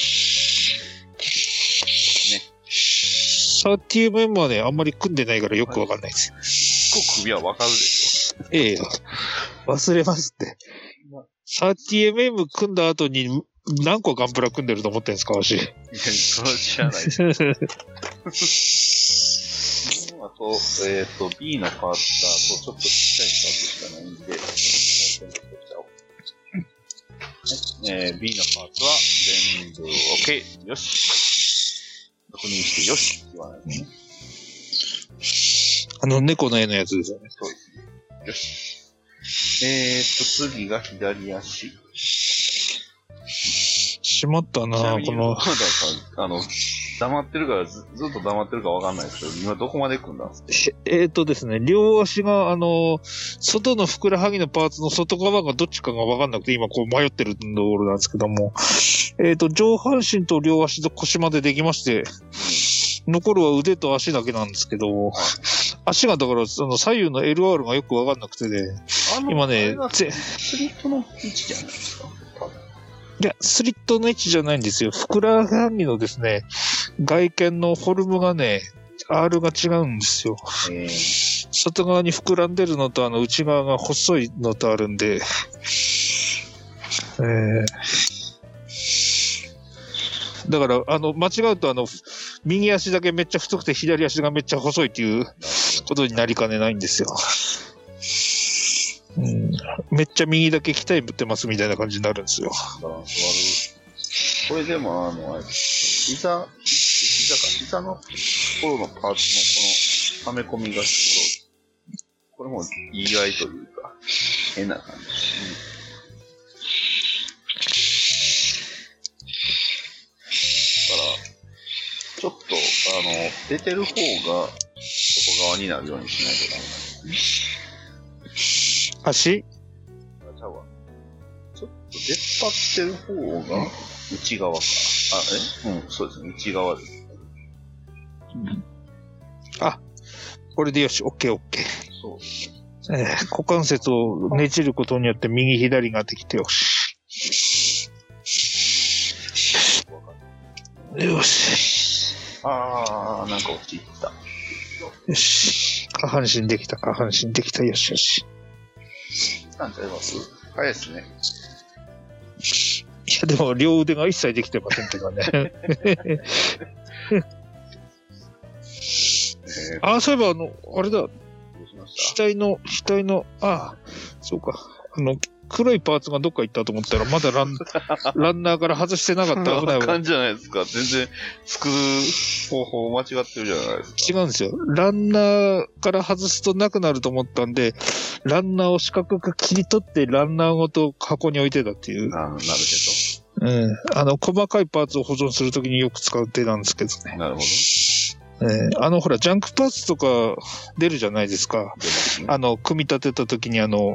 さんじゅうエムエム はね、あんまり組んでないからよくわかんないです。 結構首はわかるでしょ。 ええ。忘れますって。さんじゅうエムエム 組んだ後に何個ガンプラ組んでると思ってんですか、私。いや、 それは知らないです。あと、えっ、ー、と、B のパーツだとちょっとちっちゃいパーツしかないんで、えー、B のパーツは全部 OK。よし。確認してよしって言わないとね。 あの猫の絵のやつですよね。 そうですね。よし。えーっと、次が左足。 しまったなぁ、この。 あの、黙ってるからず、ずっと黙ってるかわかんないですけど、今どこまで組んだんですか？ えーっとですね、両足が、あの、外のふくらはぎのパーツの外側がどっちかがわかんなくて、今こう迷ってるところなんですけども、えーっと、上半身と両足と腰までできまして、うん、残るは腕と足だけなんですけど、はい、足がだから、その左右の エルアール がよくわかんなくてね、今ね、 スリットの位置じゃないですか？ いや、スリットの位置じゃないんですよ。ふくらはぎのですね、外見のフォルムがね、アール が違うんですよ。えー、外側に膨らんでるのと、あの、内側が細いのとあるんで、えー、だから、あの、間違うと、あの、右足だけめっちゃ太くて、左足がめっちゃ細いっていうことになりかねないんですよ。うん、めっちゃ右だけ鍛えてますみたいな感じになるんですよ。 バランス悪い。これでも、あの、膝、膝か、膝のところのパーツのこの、はめ込みがちょっと、これも意外というか、変な感じですね。だから、ちょっと、あの、出てる方が外側になるようにしないとダメなんですね。 足？ あ、ちゃうわ。ちょっと出っ張ってる方が内側か。あ、え？うん、そうですね。内側です。 うん、あ、これでよし、オッケーオッケー。 そうですね。 えー、股関節をねじることによって右左ができてよし。 よし。 あー、なんか落ちた。 よし。下半身できた、下半身できた。よしよし。 なんちゃいます？早いですね。 いや、でも、両腕が一切できてませんけどね。ああ、そういえば、あの、あれだ。額の、額の、ああ、そうか。あの、黒いパーツがどっか行ったと思ったら、まだラン、ランナーから外してなかった。危ないわ。 感じじゃないですか。全然、作る方法間違ってるじゃないですか。 違うんですよ。ランナーから外すとなくなると思ったんで、ランナーを四角く切り取って、ランナーごと箱に置いてたっていう。 な、なるけど。 うん。あの、細かいパーツを保存するときによく使う手なんですけどね。 なるほど。 えー、あの、ほら、ジャンクパーツとか出るじゃないですか。 ね、 あの、組み立てたときにあの、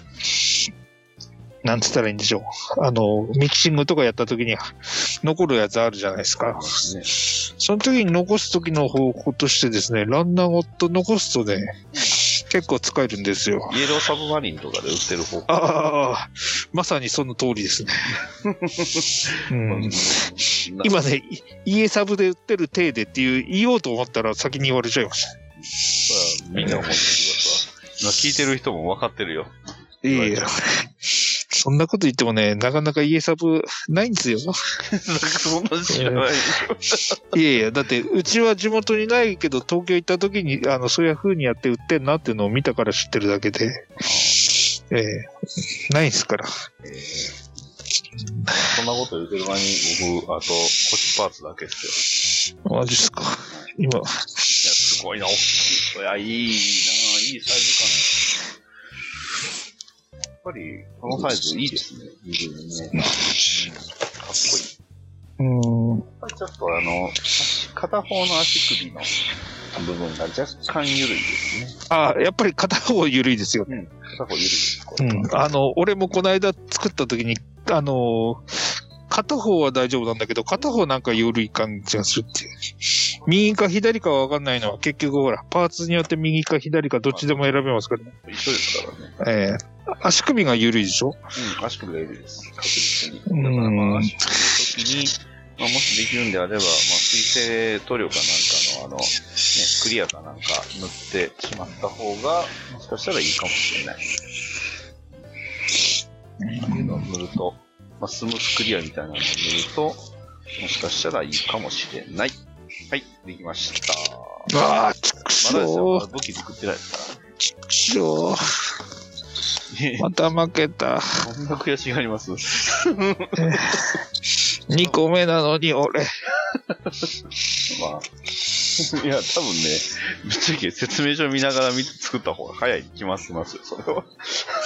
なんつったらいいんでしょう。あの、ミキシングとかやったときに残るやつあるじゃないですか。ね、その時に残す時の方法としてですね、ランナーごと残すとね、結構使えるんですよ。 イエローサブマリンとかで売ってる方法。 ああ、まさにその通りですね。うん、今ね、イエサブで売ってる体でっていう言おうと思ったら先に言われちゃいました。 みんな思ってください。今聞いてる人も分かってるよ。 いやいや。そんなこと言ってもね、なかなかイエサブないんですよ。 そんな知らない。 いやいや、だってうちは地元にないけど東京行った時にあのそういう風にやって売ってんなっていうのを見たから知ってるだけで、えー、ないんですから。えー、 そんなこと言ってる間に僕あとコチパーツだけですよ。マジっすか。今。いやすごいな、大きい。いやいいな、いいサイズ感。やっぱり、このサイズいいですね。見るにね。かっこいい。 うーん。 やっぱりちょっとあの、片方の足首の部分が若干緩いですね。 ああ、やっぱり片方緩いですよね。 うん、片方緩いです。 うん。あの、俺もこの間作った時に、あの、片方は大丈夫なんだけど、片方なんか緩い感じがするっていう。右か左かは分かんないのは、結局ほら、パーツによって右か左かどっちでも選べますからね。 一緒ですからね。 ええー、足首が緩いでしょ？ うん、足首が緩いです。確実に。だからまあ、足首の時に、まあ、もしできるんであれば、まあ、水性塗料かなんかの、あの、ね、クリアかなんか塗ってしまった方が、もしかしたらいいかもしれない。ああいうのを塗ると、まあ、スムースクリアみたいなのを塗ると、もしかしたらいいかもしれない。はい、できました。 ああ、ちくしょう。 まだですよ、まだ武器作ってないですから。 ちくしょう。また負けた。 こんな悔しがります。 にこめなのに俺。 まあ、いや、多分ね、ぶっちゃけ説明書見ながら見て作った方が早い気ますますよ、それは。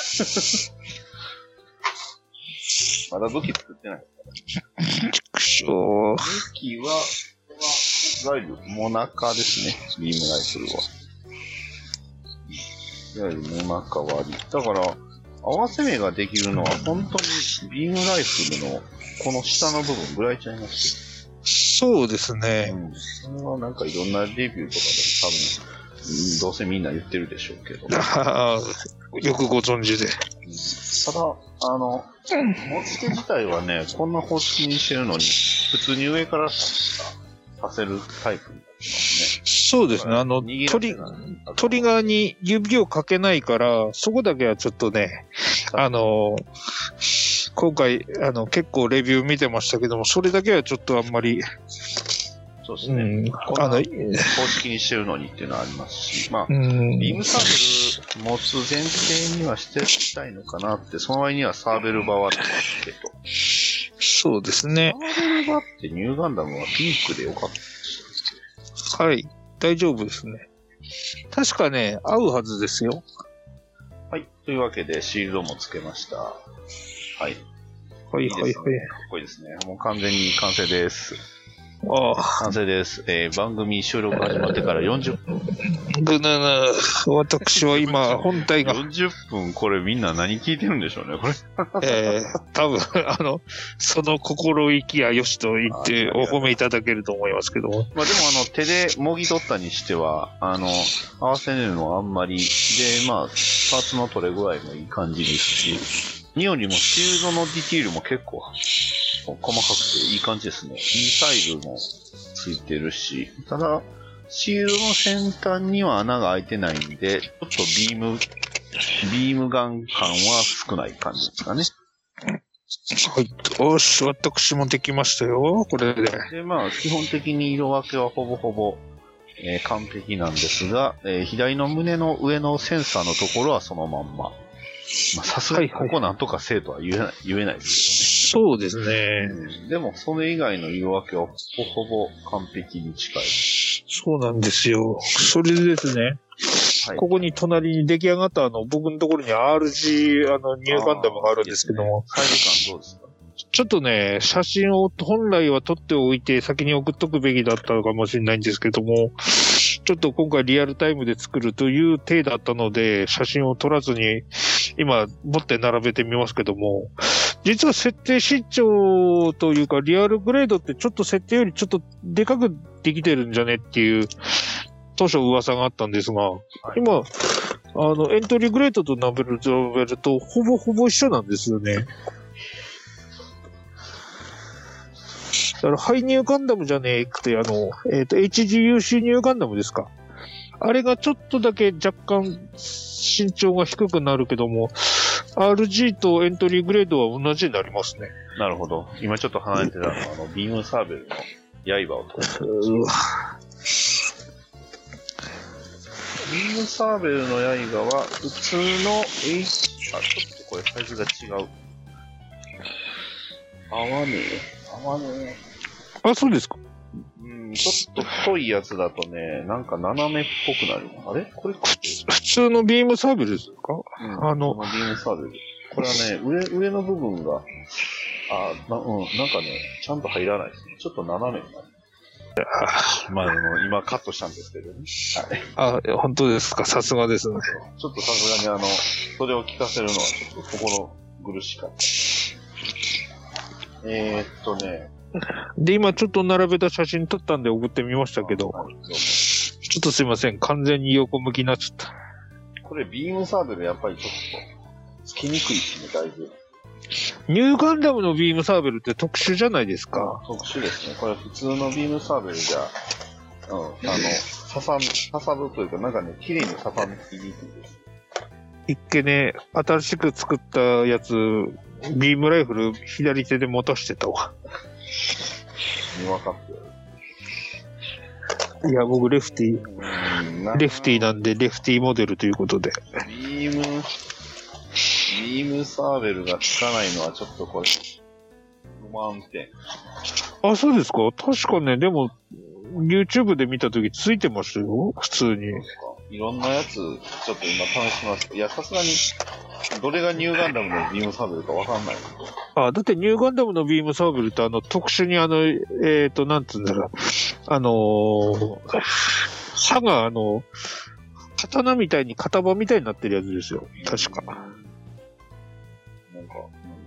まだ武器作ってないから。 ちくしょう。 武器は、いわゆるモナカですね、ビームライフルは。いわゆるモナカ割り。だから、合わせ目ができるのは本当にビームライフルのこの下の部分ぐらいちゃいますそうですね。 うん。それはなんかいろんなレビューとかでも多分、どうせみんな言ってるでしょうけど。 ああ、よくご存知で。 ただ、あの、持ち手自体はね、こんな方式にしてるのに、普通に上からさせるタイプになってますね。 そうですね。あの、トリ、トリガーに指をかけないから、そこだけはちょっとね、あの、今回、あの、結構レビュー見てましたけども、それだけはちょっとあんまり、 そうですね。うん、あの、方式にしてるのにっていうのはありますし、まあ、うん、ビームサーベル持つ前提にはしていきたいのかなって、その割にはサーベル場はあってますけど。 そうですね。 サーベル場ってニューガンダムはピンクでよかったですはい。大丈夫ですね。確かね、合うはずですよ。 はい。というわけで、シールドもつけました。はい。 はいはいはい。かっこいいですね。もう完全に完成です。 ああ。 完成です。えー、番組収録始まってからよんじゅっぷん。 ぐぬぬ。私は今、本体が。 よんじゅっぷん、これみんな何聞いてるんでしょうね、これ。 えー、多分、あの、その心意気やよしと言ってお褒めいただけると思いますけども。 まあでも、あの、手でもぎ取ったにしては、あの、合わせるのはあんまり、で、まあ、パーツの取れ具合もいい感じですし、によりもシールドのディティールも結構、 細かくていい感じですね。ミサイルもついてるし、ただ、シールドの先端には穴が開いてないんで、ちょっとビーム、ビームガン感は少ない感じですかね。 はい。よし、私もできましたよ、これで。 で、まあ、基本的に色分けはほぼほぼ、えー、完璧なんですが、えー、左の胸の上のセンサーのところはそのまんま。まあ、さすがにここなんとかせえとは言えない、言えないですよね。そうですね、 うん。でも、それ以外の色分けはほぼほぼ完璧に近い。 そうなんですよ。それでですね、はい、ここに隣に出来上がったあの、僕のところに アールジー、あの、ニューガンダムがあるんですけども。 サイズ感どうですか？ ちょっとね、写真を本来は撮っておいて先に送っとくべきだったのかもしれないんですけども、ちょっと今回リアルタイムで作るという体だったので、写真を撮らずに今持って並べてみますけども、実は設定身長というかリアルグレードってちょっと設定よりちょっとでかくできてるんじゃねっていう当初噂があったんですが、はい、今、あの、エントリーグレードと比べるとほぼほぼ一緒なんですよね。だから、ハイニューガンダムじゃねえくて、あの、えっと、エイチジーユーシー ニューガンダムですか。あれがちょっとだけ若干身長が低くなるけども、アールジー とエントリーグレードは同じになりますね。 なるほど。今ちょっと離れてたのは、あの、ビームサーベルの刃を取ってうわビームサーベルの刃は、普通の H、あ、ちょっとこれサイズが違う。合わねえ。合わねえ。 あ、そうですか。 うん、ちょっと太いやつだとね、なんか斜めっぽくなる。あれこれ普通のビームサーベルですか？ うん、あの、ビームサーベル。これはね、上、上の部分が、あ、な、うん、なんかね、ちゃんと入らないですね。ちょっと斜めになる。まあ、あの、今カットしたんですけどね。 はい。あ、本当ですか。さすがですね。 ちょっとさすがにあの、それを聞かせるのはちょっと心苦しかった。えー、っとね。 で、今ちょっと並べた写真撮ったんで送ってみましたけど、はい、ちょっとすいません。完全に横向きになっちゃった。 これビームサーベルやっぱりちょっと、つきにくいですね、だいぶ。 ニューガンダムのビームサーベルって特殊じゃないですか。 特殊ですね。これ普通のビームサーベルじゃ、うん、あの、刺さむ、刺さるというか、なんかね、綺麗に刺さみにくいです。 一見ね、新しく作ったやつ、ビームライフル左手で持たしてたわ。 にわかってる。いや、僕レフティー、レフティーなんでレフティーモデルということで。 ビーム、ビームサーベルがつかないのはちょっとこれ、不満点。 あ、そうですか？確かね、でも、YouTube で見たときついてましたよ、普通に。 いろんなやつ、ちょっと今試します。いや、さすがに、どれがニューガンダムのビームサーベルかわかんないけど。あ、だってニューガンダムのビームサーベルってあの、特殊にあの、えっ、ー、と、なんつうんだろう。あのー、刃があの、刀みたいに片刃みたいになってるやつですよ。確か。なんか、 うん、なんか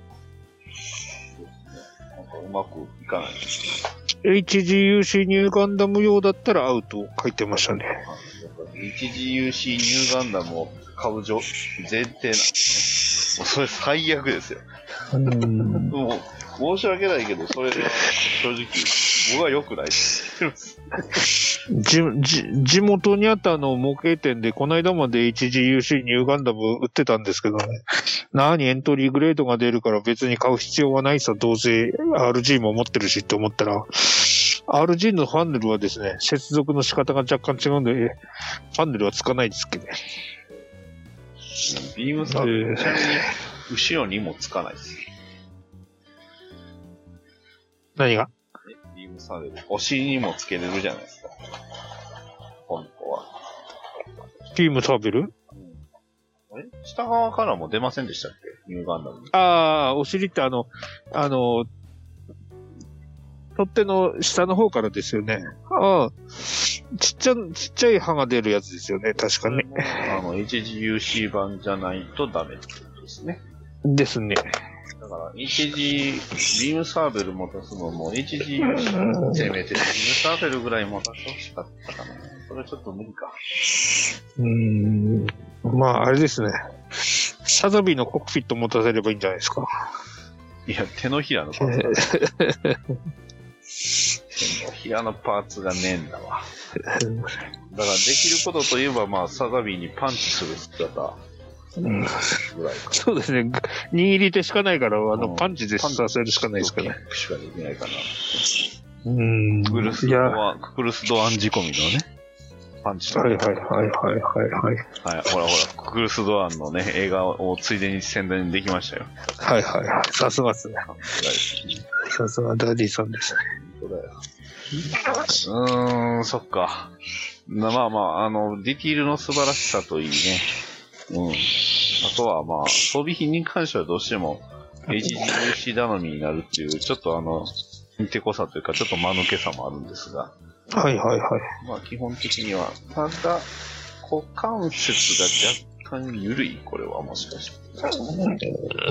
うまくいかないですね。エイチジーユーシー ニューガンダム用だったらアウト書いてましたね。 エイチジーユーシー ニューガンダムを買う前提なんですね。もうそれ最悪ですよ。うんもう申し訳ないけど、それは正直僕は良くないです。 じじ地元にあったあの模型店でこの間まで エイチジーユーシー ニューガンダム売ってたんですけどね。何エントリーグレードが出るから別に買う必要はないさ、どうせ アールジー も持ってるしって思ったら、アールジー のファンネルはですね、接続の仕方が若干違うんで、ファンネルはつかないですけどね。 ビームサーベル、ちなみに後ろにもつかないです。 何が？ ビームサーベル。お尻にもつけれるじゃないですか。本当は。 ビームサーベル？うん、 あれ下側からも出ませんでしたっけ？ニューガンダム。 ああ、お尻ってあの、あの、取っ手の下の方からですよね。ああ、ちっちゃ、ちっちゃい刃が出るやつですよね、確かに。 あの、エイチジーユーシー 版じゃないとダメってことですね。 ですね。 だから、エイチジー、ビームサーベル持たすのも、エイチジーユーシー せめて、ビームサーベルぐらい持たせてほしかったかな。それはちょっと無理か。 うーん。まあ、あれですね。サザビーのコックピット持たせればいいんじゃないですか。 いや、手のひらのパーツが、ね、手のひらのパーツがねえんだわ。だからできることといえば、まあ、サザビーにパンチする姿。うん、ぐらいかそうですね。握り手しかないから、あの、うん、パンチでさせるしかないですかね。 キックしかできないかな。 うん。 ククルスドアン、ククルスドアン仕込みのね、パンチとか。 はいはいはいはいはいはい。はい、 ほらほら、ククルスドアンのね、映画をついでに宣伝できましたよ。 はいはいはい。さすがですね。さすがダディさんですね。 本当だよ。うーん、そっか。まあまあ、あの、ディティールの素晴らしさといいね。うん。あとはまあ、装備品に関してはどうしても、エイチジーユーシー 頼みになるっていう、ちょっとあの、見てこさというか、ちょっと間抜けさもあるんですが。 はいはいはい。 まあ基本的には、ただ、股関節が若干緩い、これはもしかして。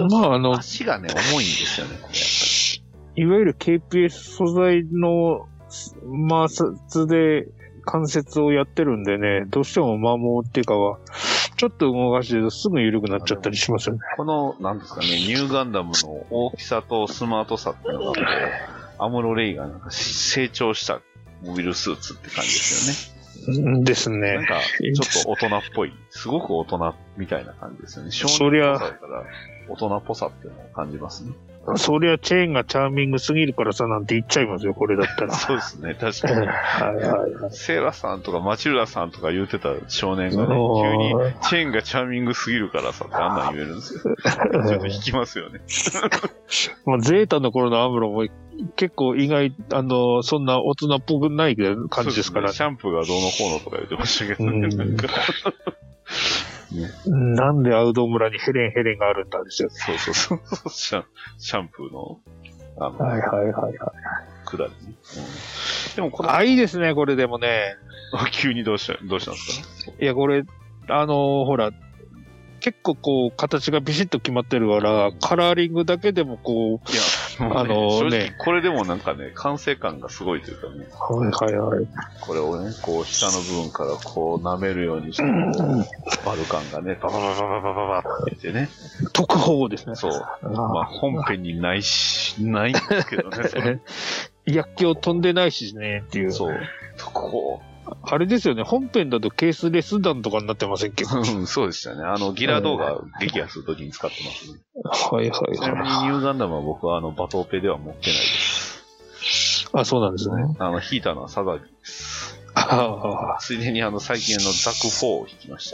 まああの、 足がね、重いんですよね、これやっぱり。いわゆる ケーピーエス 素材の摩擦で関節をやってるんでね、どうしても摩耗っていうかは、ちょっと動かしてるとすぐ緩くなっちゃったりしますよね。 この、なんですかね、ニューガンダムの大きさとスマートさっていうのが、アムロレイがなんか成長したモビルスーツって感じですよね。 ですね。 なんか、ちょっと大人っぽい、すごく大人みたいな感じですよね。少年っぽさから大人っぽさっていうのを感じますね。 そりゃチェーンがチャーミングすぎるからさなんて言っちゃいますよ、これだったら。 そうですね、確かに。はいはいはい、セーラさんとかマチルダさんとか言ってた少年がね、急にチェーンがチャーミングすぎるからさってあんなん言えるんですよ。ちょっと引きますよね。 まあ、ゼータの頃のアムロも結構意外、あの、そんな大人っぽくない感じですから。 ね、シャンプーがどうのこうのとか言ってましたけどね。なんかね、なんでアウド村にヘレンヘレンがあるんだですよ。 そうそうそう。シャン、シャンプーの、あの、 はいはいはいはい。 くだり、ね。うん、でもこれ、 あ、いいですね、これでもね。 急にどうした、どうしたんですか？ いや、これ、あのー、ほら、結構こう、形がビシッと決まってるから、カラーリングだけでもこう、 いや、もうね、 あのー、ね、 これでもなんかね、完成感がすごいというかね。 はいはいはい。 これをね、こう、下の部分からこう、舐めるようにして、こう、バルカンがね、ババババババババって言ってね。 特報ですね。 そう。あまあ、本編にないし、ないんですけどね、それ。 薬莢飛んでないしね、っていう。 そう。特報。 あれですよね、本編だとケースレス弾とかになってませんけど。 うん、そうでしたね。あの、ギラ動画撃破するときに使ってますね。 はいはいはい。 ちなみにニューガンダムは僕はあの、バトオペでは持ってないです。 あ、そうなんですね。 あの、引いたのはサザビーです。 ああ。 ついでにあの、最近のザクフォーを引きました。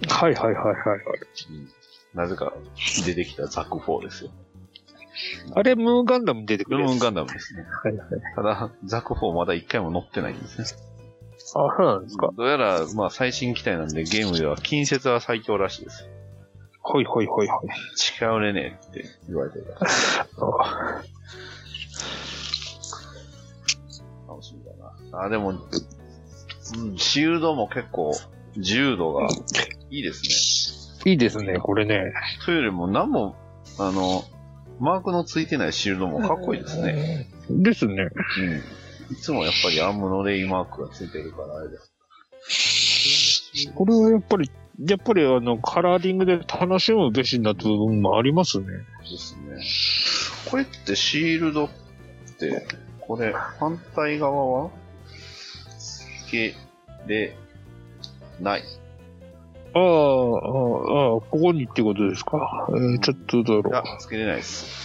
はいはいはいはいはい。 うん、なぜか出てきたザクフォーですよ。 あれ、ムーンガンダムに出てくるムーンガンダムですね。 はいはい。 ただ、ザクフォーまだ一回も乗ってないんですね。 あ、そうなんですか。 どうやら、まあ、最新機体なんで、ゲームでは、近接は最強らしいです。 はいはいはいはい。 近寄れねえって言われてる。楽しみだな。あ、でも、うん、シールドも結構、自由度がいいですね。いいですね、これね。 というよりも、何も、あの、マークのついてないシールドもかっこいいですね。 ですね。 うん。いつもやっぱりアムロレイマークがついてるからあれです。 これはやっぱり、やっぱりあの、カラーリングで楽しむべしな部分もありますね。 ですね。これってシールドって、これ反対側はつけれない。 ああ、ああ、ここにってことですか。えー、ちょっとどうだろう。 あ、つけれないです。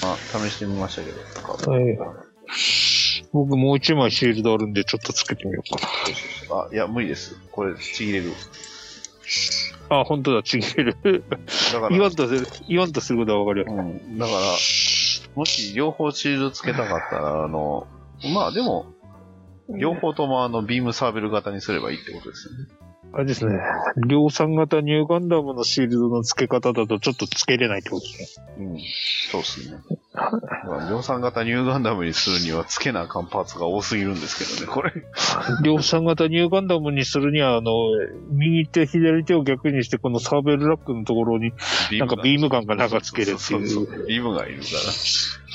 あ、試してみましたけど。 はい。僕もう一枚シールドあるんでちょっとつけてみようかな。あ、いや、無理です。これ、ちぎれる。 あ、本当だ、ちぎれる。だから言わんとする、言わんとすることはわかるよ。 うん。だから、もし両方シールドつけたかったら、あの、まあでも、両方ともあの、ビームサーベル型にすればいいってことですよね。 あれですね。量産型ニューガンダムのシールドの付け方だとちょっと付けれないってことですね。 うん。そうですね。量産型ニューガンダムにするには付けなあかんパーツが多すぎるんですけどね、これ。 量産型ニューガンダムにするには、あの、右手、左手を逆にして、このサーベルラックのところに、なんかビームガンがなんか付けるっていう。 そうそうそう。ビームがいるから。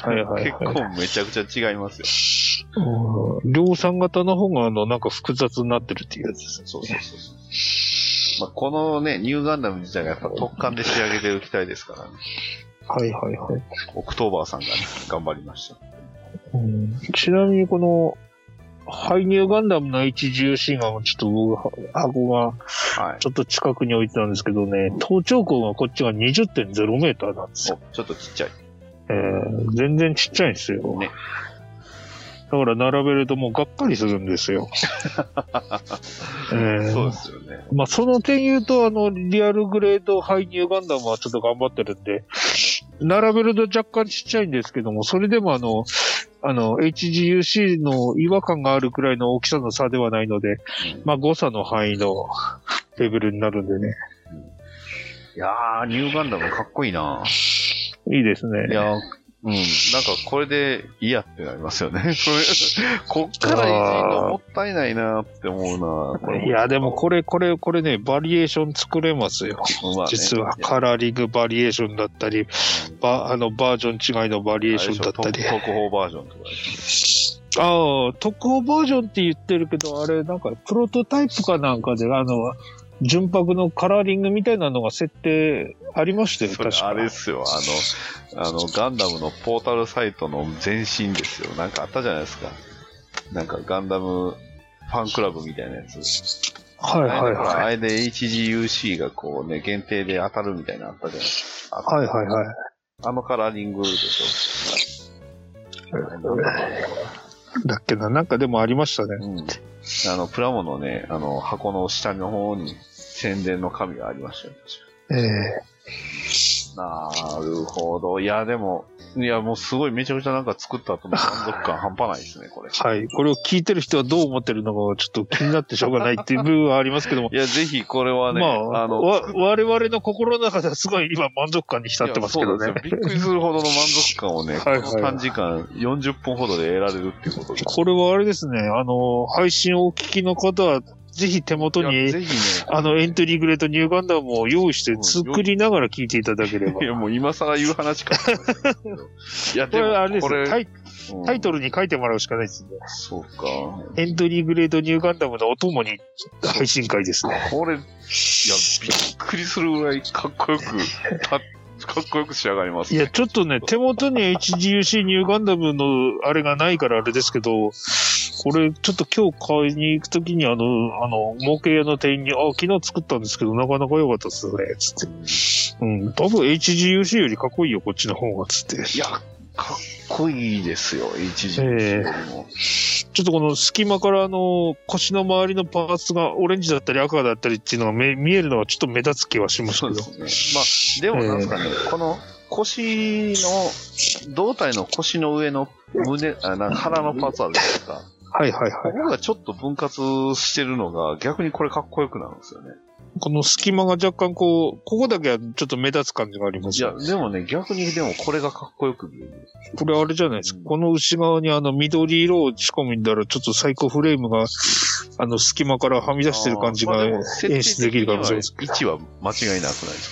はいはい、はい。結構めちゃくちゃ違いますよ。 量産型の方が、あの、なんか複雑になってるっていうやつですね。 そうそうそうそう。まあ、このね、ニューガンダム自体がやっぱ特艦で仕上げてる機体ですからね。 はいはいはい。 オクトーバーさんがね、頑張りました。 うん、ちなみにこの、ハイニューガンダムの エイチジーユーシー がちょっと僕、箱がちょっと近くに置いてたんですけどね、頭頂高がこっちが にじゅってんゼロ メーターなんですよ。 ちょっとちっちゃい。 えー、全然ちっちゃいんですよ。ね。だから並べるともうがっかりするんですよ。えー、 そうですよね。 まあその点言うと、あの、リアルグレードハイニューガンダムはちょっと頑張ってるんで、並べると若干ちっちゃいんですけども、それでもあの、あの、エイチジーユーシー の違和感があるくらいの大きさの差ではないので、うん、まあ誤差の範囲のレベルになるんでね。 うん、いやー、ニューガンダムかっこいいな。 いいですね。 いやー、うん。なんかこれでいいやってなりますよね。これ、こっからいじるのもったいないなって思うな。これいや、でもこれ、これ、これね、バリエーション作れますよ。まあね、実は、カラーリングバリエーションだったり、うん、バあのバージョン違いのバリエーションだったり。 特報バージョンとかですね。ああ、特報バージョンって言ってるけど、あれ、なんか、プロトタイプかなんかで、あの、純白のカラーリングみたいなのが設定ありましたよ、確か。 あれですよ、あの、あの、ガンダムのポータルサイトの前身ですよ。なんかあったじゃないですか。なんかガンダムファンクラブみたいなやつ。 はいはいはい。 あれで エイチジーユーシー がこうね、限定で当たるみたいなのあったじゃないですか。 はいはいはい。 あのカラーリングでしょ。 だっけな、なんかでもありましたね。 うん、あの、プラモのね、あの、箱の下の方に宣伝の紙がありましたよ。 ええー。なるほど。いや、でも、いや、もうすごいめちゃくちゃなんか作った後の満足感半端ないですね、これ。 はい。これを聞いてる人はどう思ってるのかちょっと気になってしょうがないっていう部分はありますけども。 いや、ぜひこれはね、 まあ、あの、わ我々の心の中ではすごい今満足感に浸ってますけどね。 びっくりするほどの満足感をね、はいはい、この短時間よんじゅっぷんほどで得られるっていうことで。 これはあれですね、あの、配信をお聞きの方は、ぜひ手元に、ぜひね、あの、エントリーグレードニューガンダムを用意して作りながら聞いていただければ。 いや、もう今更言う話か。 いや、でもこれあれですよ。タイ、タイトルに書いてもらうしかないですね。 そうか。 エントリーグレードニューガンダムのお供に配信会ですね。 これ、いや、びっくりするぐらいかっこよく、たかっこよく仕上がります、 ね。いや、ちょっとね、手元に エイチジーユーシー ニューガンダムのあれがないからあれですけど、これ、ちょっと今日買いに行くときに、あの、あの、模型屋の店員に、あ、昨日作ったんですけど、なかなか良かったっすね、つって。うん、多分 エイチジーユーシー よりかっこいいよ、こっちの方が、つって。 いや、かっこいいですよ、エイチジーユーシー よりも。えー、ちょっとこの隙間からあの、腰の周りのパーツがオレンジだったり赤だったりっていうのが見えるのはちょっと目立つ気はしますけど。 そうですね。まあ、でもなんですかね、えー、この、腰の、胴体の腰の上の胸、あな腹のパーツあるじゃないですか。 はいはいはい。 ここがちょっと分割してるのが逆にこれかっこよくなるんですよね。 この隙間が若干こう、ここだけはちょっと目立つ感じがありますよ。いや、でもね、逆にでもこれがかっこよく見える。 これあれじゃないですか。うん、この内側にあの緑色を仕込んだらちょっとサイコフレームがあの隙間からはみ出してる感じが演出できるかもしれないです。 位置は間違いなくないです。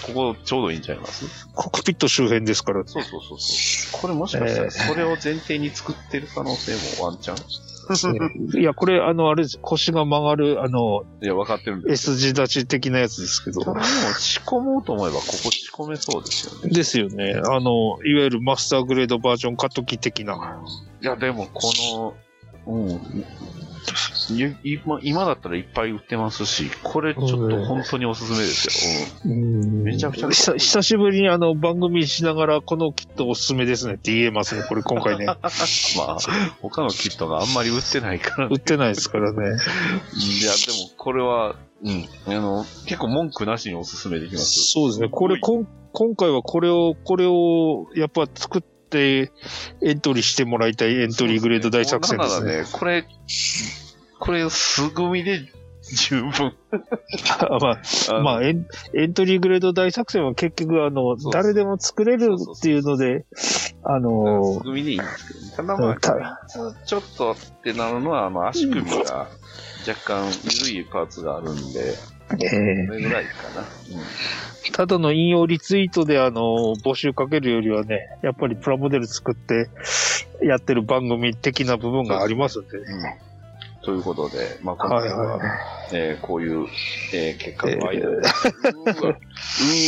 ここちょうどいいんちゃいます？ コックピット周辺ですから。 そうそうそうそう。これもしかしたらそれを前提に作ってる可能性もワンチャン。 いや、これ、あの、あれです。腰が曲がる、あの、 いや、分かってるんです S 字立ち的なやつですけど。 でも仕込もうと思えば、ここ仕込めそうですよね。 ですよね。あの、いわゆるマスターグレードバージョン過渡期的な。 いや、でも、この、うん。今, 今だったらいっぱい売ってますし、これちょっと本当におすすめですよ。うん、めちゃくちゃ久久しぶりにあの番組しながらこのキットおすすめですねって言えますね、これ今回ね。まあ、 他のキットがあんまり売ってないから、 ね。売ってないですからね。いや、でもこれは、うん、あの、結構文句なしにおすすめできます。 そうですね。これ、こ今回はこれを、これをやっぱ作って、エントリーしてもらいたいエントリーグレード大作戦ですね。 ねこれ、これ、素組みで十分。 まあ、あまあエン、エントリーグレード大作戦は結局、あの、誰でも作れるっていうので、あの、 素組みでいいんですけど、ね、ただまあ、ちょっとってなるのは、あの、足首が若干緩いパーツがあるんで、えー、それぐらいかな。うんただの引用リツイートであの、募集かけるよりはね、やっぱりプラモデル作ってやってる番組的な部分がありますんでね。 うん、ということで、まあ今回は、はいはいえー、こういう、えー、結果の間で、えー、うーわ、うーわ、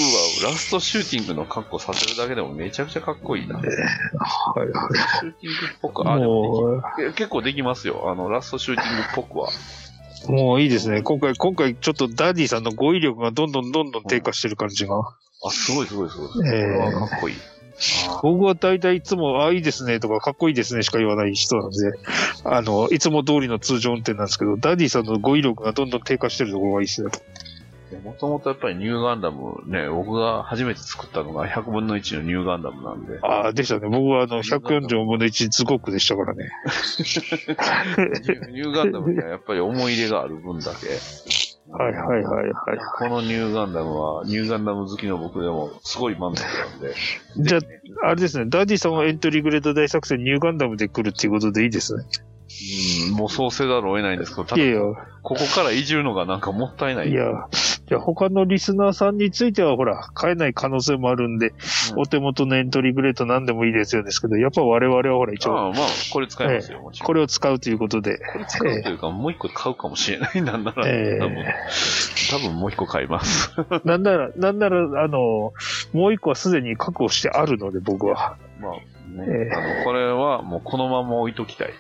ラストシューティングの格好させるだけでもめちゃくちゃかっこいいな。 はいはい。 シューティングっぽく、あ、でもでき結構できますよ。あの、ラストシューティングっぽくは。 もういいですね。今回、今回ちょっとダディさんの語彙力がどんどんどんどん低下してる感じが。 あ、すごいすごいすごい。こえーれはかっこいい。 僕は大体いつも、あ、いいですねとか、かっこいいですねしか言わない人なんで、あの、いつも通りの通常運転なんですけど、ダディさんの語彙力がどんどん低下してるところがいいですね。 もともとやっぱりニューガンダムね、僕が初めて作ったのがひゃくぶんのいちのニューガンダムなんで。 ああ、でしたね。僕はあの、ひゃくよんじゅうよんぶんのいちズゴックでしたからね。 ニューガンダムにはやっぱり思い入れがある分だけ。 はいはいはいはい。 このニューガンダムは、ニューガンダム好きの僕でもすごい満足なんで。 じゃあ、あれですね、ダディさんはエントリーグレード大作戦ニューガンダムで来るっていうことでいいですね。 うん、もうそうせざるを得ないんですけど、ただ、 いやいや、 ここからいじるのがなんかもったいない。 いや、じゃあ他のリスナーさんについてはほら、買えない可能性もあるんで、 うん、 お手元のエントリーグレード何でもいいですよですけど、やっぱ我々はほら一応、 ああまあ、これ使いますよ、もちろん。 これを使うということで。 これ使うというか、えー、もう一個買うかもしれない。なんなら、 えー、 多分、多分もう一個買います。 なんなら、なんなら、あの、もう一個はすでに確保してあるので、僕は。 まあね、えー、あの、これはもうこのまま置いときたい。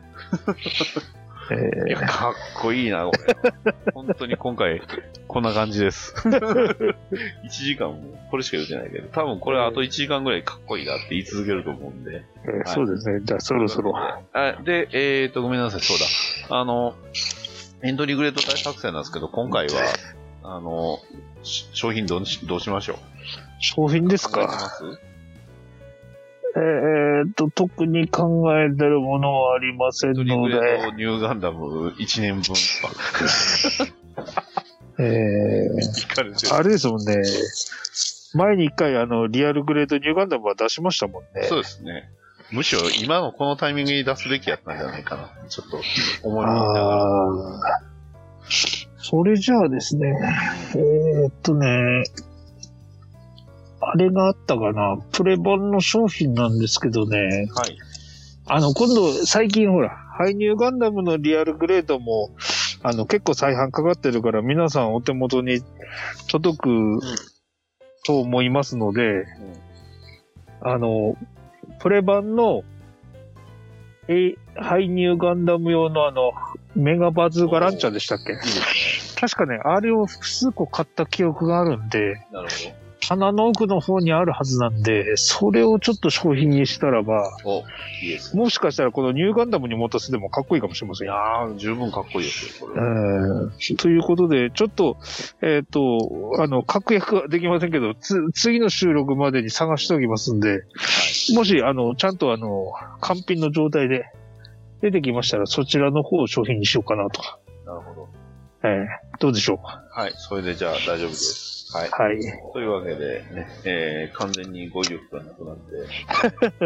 えー、いや、かっこいいな、これ。本当に今回、こんな感じです。いちじかんも、これしか言ってないけど、多分これあといちじかんぐらいかっこいいなって言い続けると思うんで。 えーはい、そうですね。じゃあ、そろそろ。 あで、えっと、ごめんなさい、そうだ。あの、エントリーグレード大作戦なんですけど、今回は、あの、商品どうし、どうしましょう。 商品ですか。えー、っと、特に考えてるものはありませんので。 ニューガンダムいちねんぶん。 えー、あれですもんね。前に一回、あの、リアルグレードニューガンダムは出しましたもんね。 そうですね。むしろ今のこのタイミングに出すべきやったんじゃないかな。ちょっと思いながら。あそれじゃあですね、えー、っとね、あれがあったかな、プレ版の商品なんですけどね。 はい。 あの、今度、最近ほら、ハイニューガンダムのリアルグレードも、あの、結構再販かかってるから、皆さんお手元に届くと思いますので、うん、あの、プレ版の、え、ハイニューガンダム用のあの、メガバズーガランチャーでしたっけ？確かね、あれを複数個買った記憶があるんで、 なるほど。 棚の奥の方にあるはずなんで、それをちょっと商品にしたらば、 おいいですね、 もしかしたらこのニューガンダムに持たせてもかっこいいかもしれません。 いやー、十分かっこいいですよ、これは。 えー、ということで、ちょっと、えっ、ー、と、あの、確約はできませんけど、つ、次の収録までに探しておきますんで、はい、もし、あの、ちゃんとあの、完品の状態で出てきましたら、そちらの方を商品にしようかなと。 なるほど。 えー、どうでしょうか。 はい、それでじゃあ大丈夫です。はい。 はい。 というわけでね、えー、完全に語彙力がなくなって。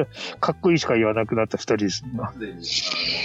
かっこいいしか言わなくなった二人です。 完全に、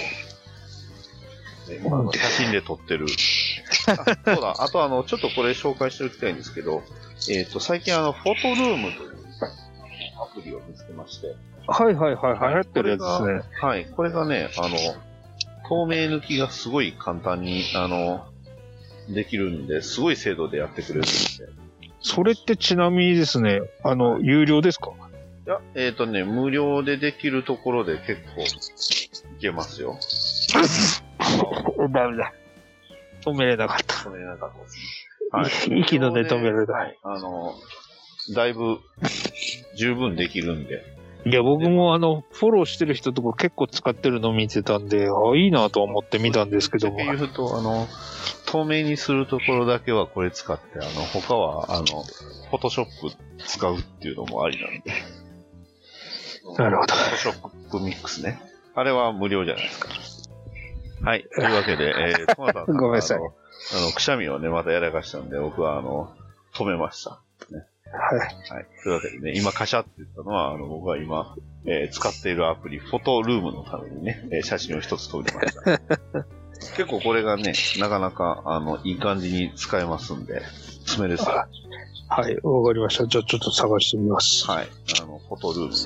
あの、ね、写真で撮ってる。あ、そうだ、あとあの、ちょっとこれ紹介しておきたいんですけど、えっ、ー、と、最近あの、フォトルームというアプリを見つけまして。 はいはいはい、流行ってるやつですね。 はい、これがね、あの、透明抜きがすごい簡単に、あの、できるんで、すごい精度でやってくれるんで。 それってちなみにですね、あの、有料ですか？ いや、えっ、ー、とね、無料でできるところで結構いけますよ。 ダメだ。止めれなかった。 止めれなかったですね。 はい。息の根止めれない。 はい。あの、だいぶ十分できるんで。 いや、僕もあの、フォローしてる人とか結構使ってるの見てたんで、あ、いいなと思って見たんですけども。 言うと、あの、透明にするところだけはこれ使って、あの、他は、あの、フォトショップ使うっていうのもありなんで。 なるほど。 フォトショップミックスね。あれは無料じゃないですか。はい。というわけで、えー、トマタさんごめんなさい。 あの、あのくしゃみをね、またやらかしたんで、僕は、あの、止めました。ね。 はい。 はい。というわけでね、今カシャって言ったのは、あの、僕は今、えー、使っているアプリ、フォトルームのためにね、えー、写真を一つ撮りました。結構これがね、なかなか、あの、いい感じに使えますんで、おすすめですよ。 はい、わかりました。じゃあちょっと探してみます。 はい。あの、フォトルームです。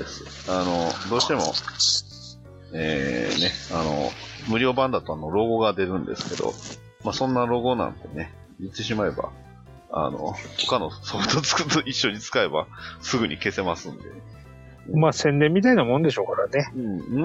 あの、どうしても、えー、ね、あの、無料版だとあの、ロゴが出るんですけど、まあ、そんなロゴなんてね、言ってしまえば、 あの、他のソフトつくと一緒に使えばすぐに消せますんで。 まあ宣伝みたいなもんでしょうからね。 うん、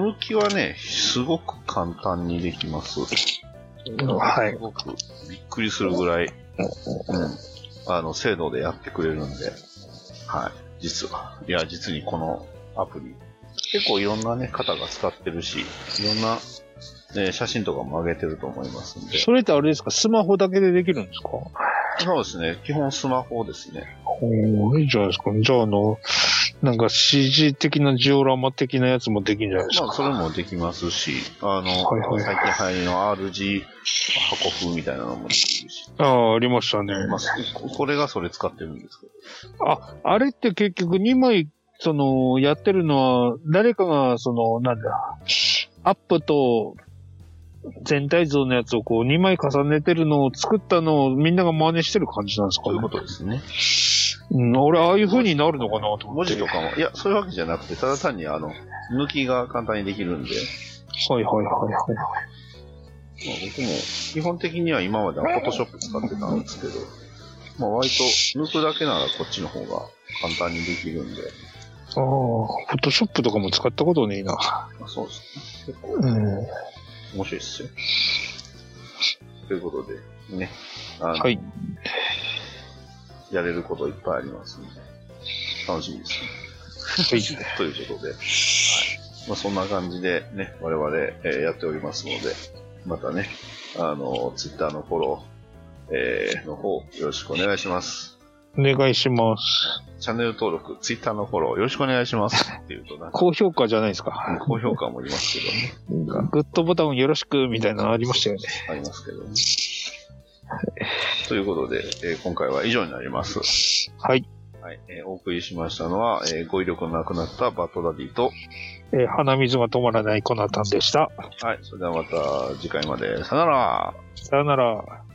抜きはね、すごく簡単にできます。 はい。 すごくびっくりするぐらい、うん、あの、精度でやってくれるんで、はい、実は。いや、実にこのアプリ、結構いろんなね、方が使ってるし、いろんな、ね、写真とかも上げてると思いますんで。 それってあれですか、スマホだけでできるんですか？ そうですね、基本スマホですね。 おー、いいじゃないですか。じゃあ、あの、なんか シージー 的なジオラマ的なやつもできるんじゃないですか。 まあ、それもできますし、あの、はいはい、最近流行りの アールジー 箱風みたいなのもできるし。 ああ、ありましたね。 まあ、これがそれ使ってるんですけど。 あ、あれって結局にまい、その、やってるのは、誰かが、その、なんだ、アップと、全体像のやつをこうにまい重ねてるのを作ったのをみんなが真似してる感じなんですかね。 そういうことですね。 うん、俺ああいう風になるのかなと思って。 文字とかも、いや、そういうわけじゃなくて、ただ単にあの、抜きが簡単にできるんで。 はいはいはいはい。 まあ、僕も、基本的には今までは Photoshop 使ってたんですけど、まあ割と抜くだけならこっちの方が簡単にできるんで。 ああ、Photoshop とかも使ったことねえな。 あ、そうですね。結構、 うん、 面白いですよ。ということで、ね。あの、 はい。 やれることいっぱいありますので、楽しみですね。はい。ということで、はい。まあ、そんな感じでね、我々、えー、やっておりますので、またね、あの、Twitter のフォロー、えー、の方、よろしくお願いします。 お願いします。 チャンネル登録、Twitter のフォロー、よろしくお願いしますっていうとなんか高評価じゃないですか。 高評価もいますけどね。 グッドボタンよろしくみたいなのありましたよね。 ありますけどね。ということで、えー、今回は以上になります。 はい。 はい、えー、お送りしましたのは、えー、語彙力のなくなったバッドダディと、 えー、鼻水が止まらないコナタンでした。 はい、それではまた次回まで。さよなら。 さよなら。